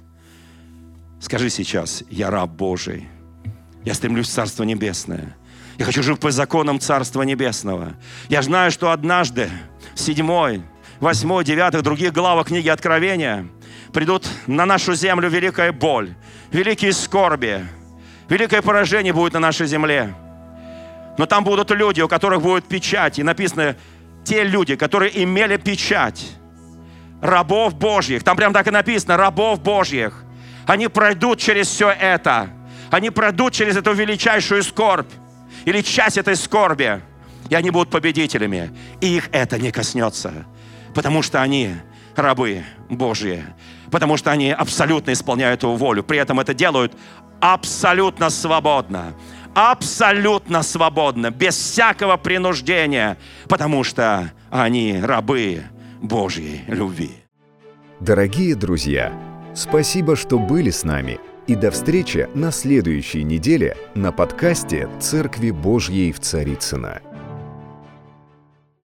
Скажи сейчас: я раб Божий. Я стремлюсь в Царство Небесное. Я хочу жить по законам Царства Небесного. Я знаю, что однажды в 7, 8, 9, других главах книги Откровения придут на нашу землю великая боль, великие скорби, великое поражение будет на нашей земле. Но там будут люди, у которых будет печать. И написано: те люди, которые имели печать рабов Божьих. Там прям так и написано: рабов Божьих. Они пройдут через все это. Они пройдут через эту величайшую скорбь. Или часть этой скорби. И они будут победителями. И их это не коснется. Потому что они рабы Божьи. Потому что они абсолютно исполняют Его волю. При этом это делают абсолютно свободно. Абсолютно свободно, без всякого принуждения, потому что они рабы Божьей любви. Дорогие друзья, спасибо, что были с нами, и до встречи на следующей неделе на подкасте «Церкви Божьей в Царицыно».